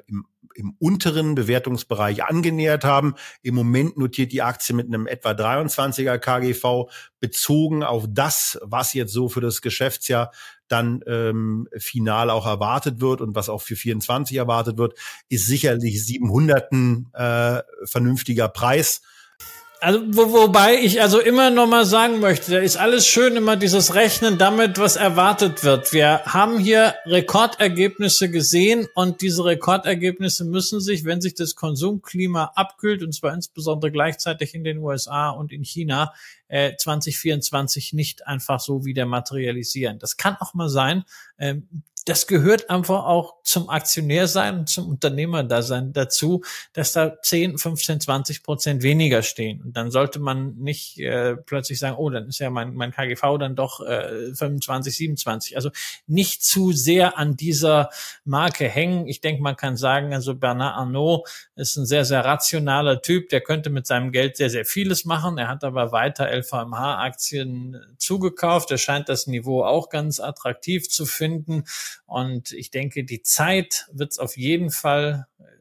unteren Bewertungsbereich angenähert haben. Im Moment notiert die Aktie mit einem etwa 23er KGV bezogen auf das, was jetzt so für das Geschäftsjahr dann final auch erwartet wird und was auch für 24 erwartet wird, ist sicherlich 700 ein vernünftiger Preis. Also wobei ich also immer noch mal sagen möchte, da ist alles schön immer dieses Rechnen damit, was erwartet wird. Wir haben hier Rekordergebnisse gesehen und diese Rekordergebnisse müssen sich, wenn sich das Konsumklima abkühlt, und zwar insbesondere gleichzeitig in den USA und in China, 2024 nicht einfach so wieder materialisieren. Das kann auch mal sein. das gehört einfach auch zum Aktionärsein und zum Unternehmerdasein dazu, dass da 10, 15, 20% weniger stehen. Und dann sollte man nicht plötzlich sagen, oh, dann ist ja mein KGV dann doch 25, 27. Also nicht zu sehr an dieser Marke hängen. Ich denke, man kann sagen, also Bernard Arnault ist ein sehr, sehr rationaler Typ. Der könnte mit seinem Geld sehr, sehr vieles machen. Er hat aber weiter LVMH-Aktien zugekauft. Er scheint das Niveau auch ganz attraktiv zu finden. Und ich denke, die Zeit wird es auf jeden Fall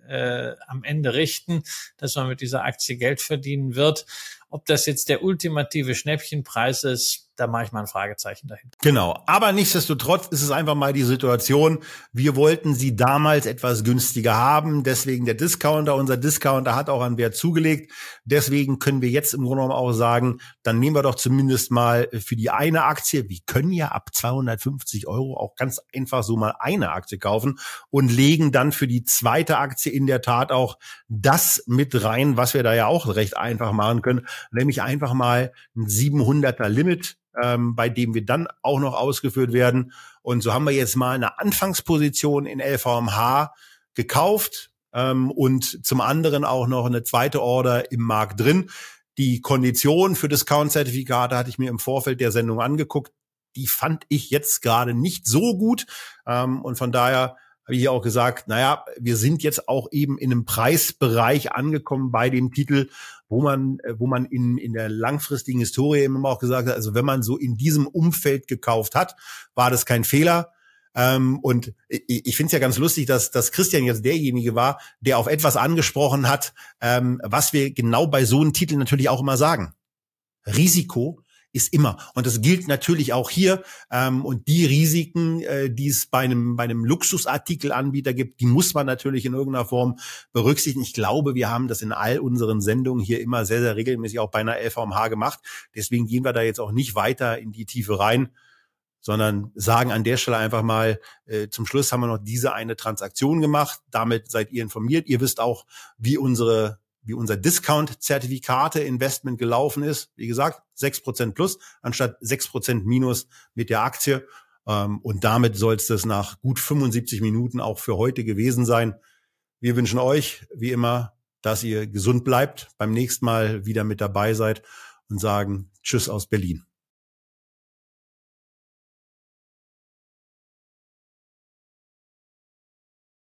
am Ende richten, dass man mit dieser Aktie Geld verdienen wird. Ob das jetzt der ultimative Schnäppchenpreis ist, da mache ich mal ein Fragezeichen dahinter. Genau, aber nichtsdestotrotz ist es einfach mal die Situation, wir wollten sie damals etwas günstiger haben, deswegen der Discounter, unser Discounter hat auch an Wert zugelegt, deswegen können wir jetzt im Grunde genommen auch sagen, dann nehmen wir doch zumindest mal für die eine Aktie, wir können ja ab 250 € auch ganz einfach so mal eine Aktie kaufen und legen dann für die zweite Aktie in der Tat auch das mit rein, was wir da ja auch recht einfach machen können, nämlich einfach mal ein 700er Limit, bei dem wir dann auch noch ausgeführt werden. Und so haben wir jetzt mal eine Anfangsposition in LVMH gekauft und zum anderen auch noch eine zweite Order im Markt drin. Die Kondition für Discount-Zertifikate hatte ich mir im Vorfeld der Sendung angeguckt. Die fand ich jetzt gerade nicht so gut. Und von daher habe ich auch gesagt, naja, wir sind jetzt auch eben in einem Preisbereich angekommen bei dem Titel, wo man in der langfristigen Historie immer auch gesagt hat, also wenn man so in diesem Umfeld gekauft hat, war das kein Fehler. Und ich finde es ja ganz lustig, dass Christian jetzt derjenige war, der auf etwas angesprochen hat, was wir genau bei so einem Titel natürlich auch immer sagen. Risiko ist immer. Und das gilt natürlich auch hier. Und die Risiken, die es bei einem Luxusartikelanbieter gibt, die muss man natürlich in irgendeiner Form berücksichtigen. Ich glaube, wir haben das in all unseren Sendungen hier immer sehr, sehr regelmäßig auch bei einer LVMH gemacht. Deswegen gehen wir da jetzt auch nicht weiter in die Tiefe rein, sondern sagen an der Stelle einfach mal, zum Schluss haben wir noch diese eine Transaktion gemacht. Damit seid ihr informiert. Ihr wisst auch, wie unser Discount-Zertifikate-Investment gelaufen ist. Wie gesagt, 6% plus anstatt 6% minus mit der Aktie. Und damit soll es das nach gut 75 Minuten auch für heute gewesen sein. Wir wünschen euch, wie immer, dass ihr gesund bleibt, beim nächsten Mal wieder mit dabei seid und sagen Tschüss aus Berlin.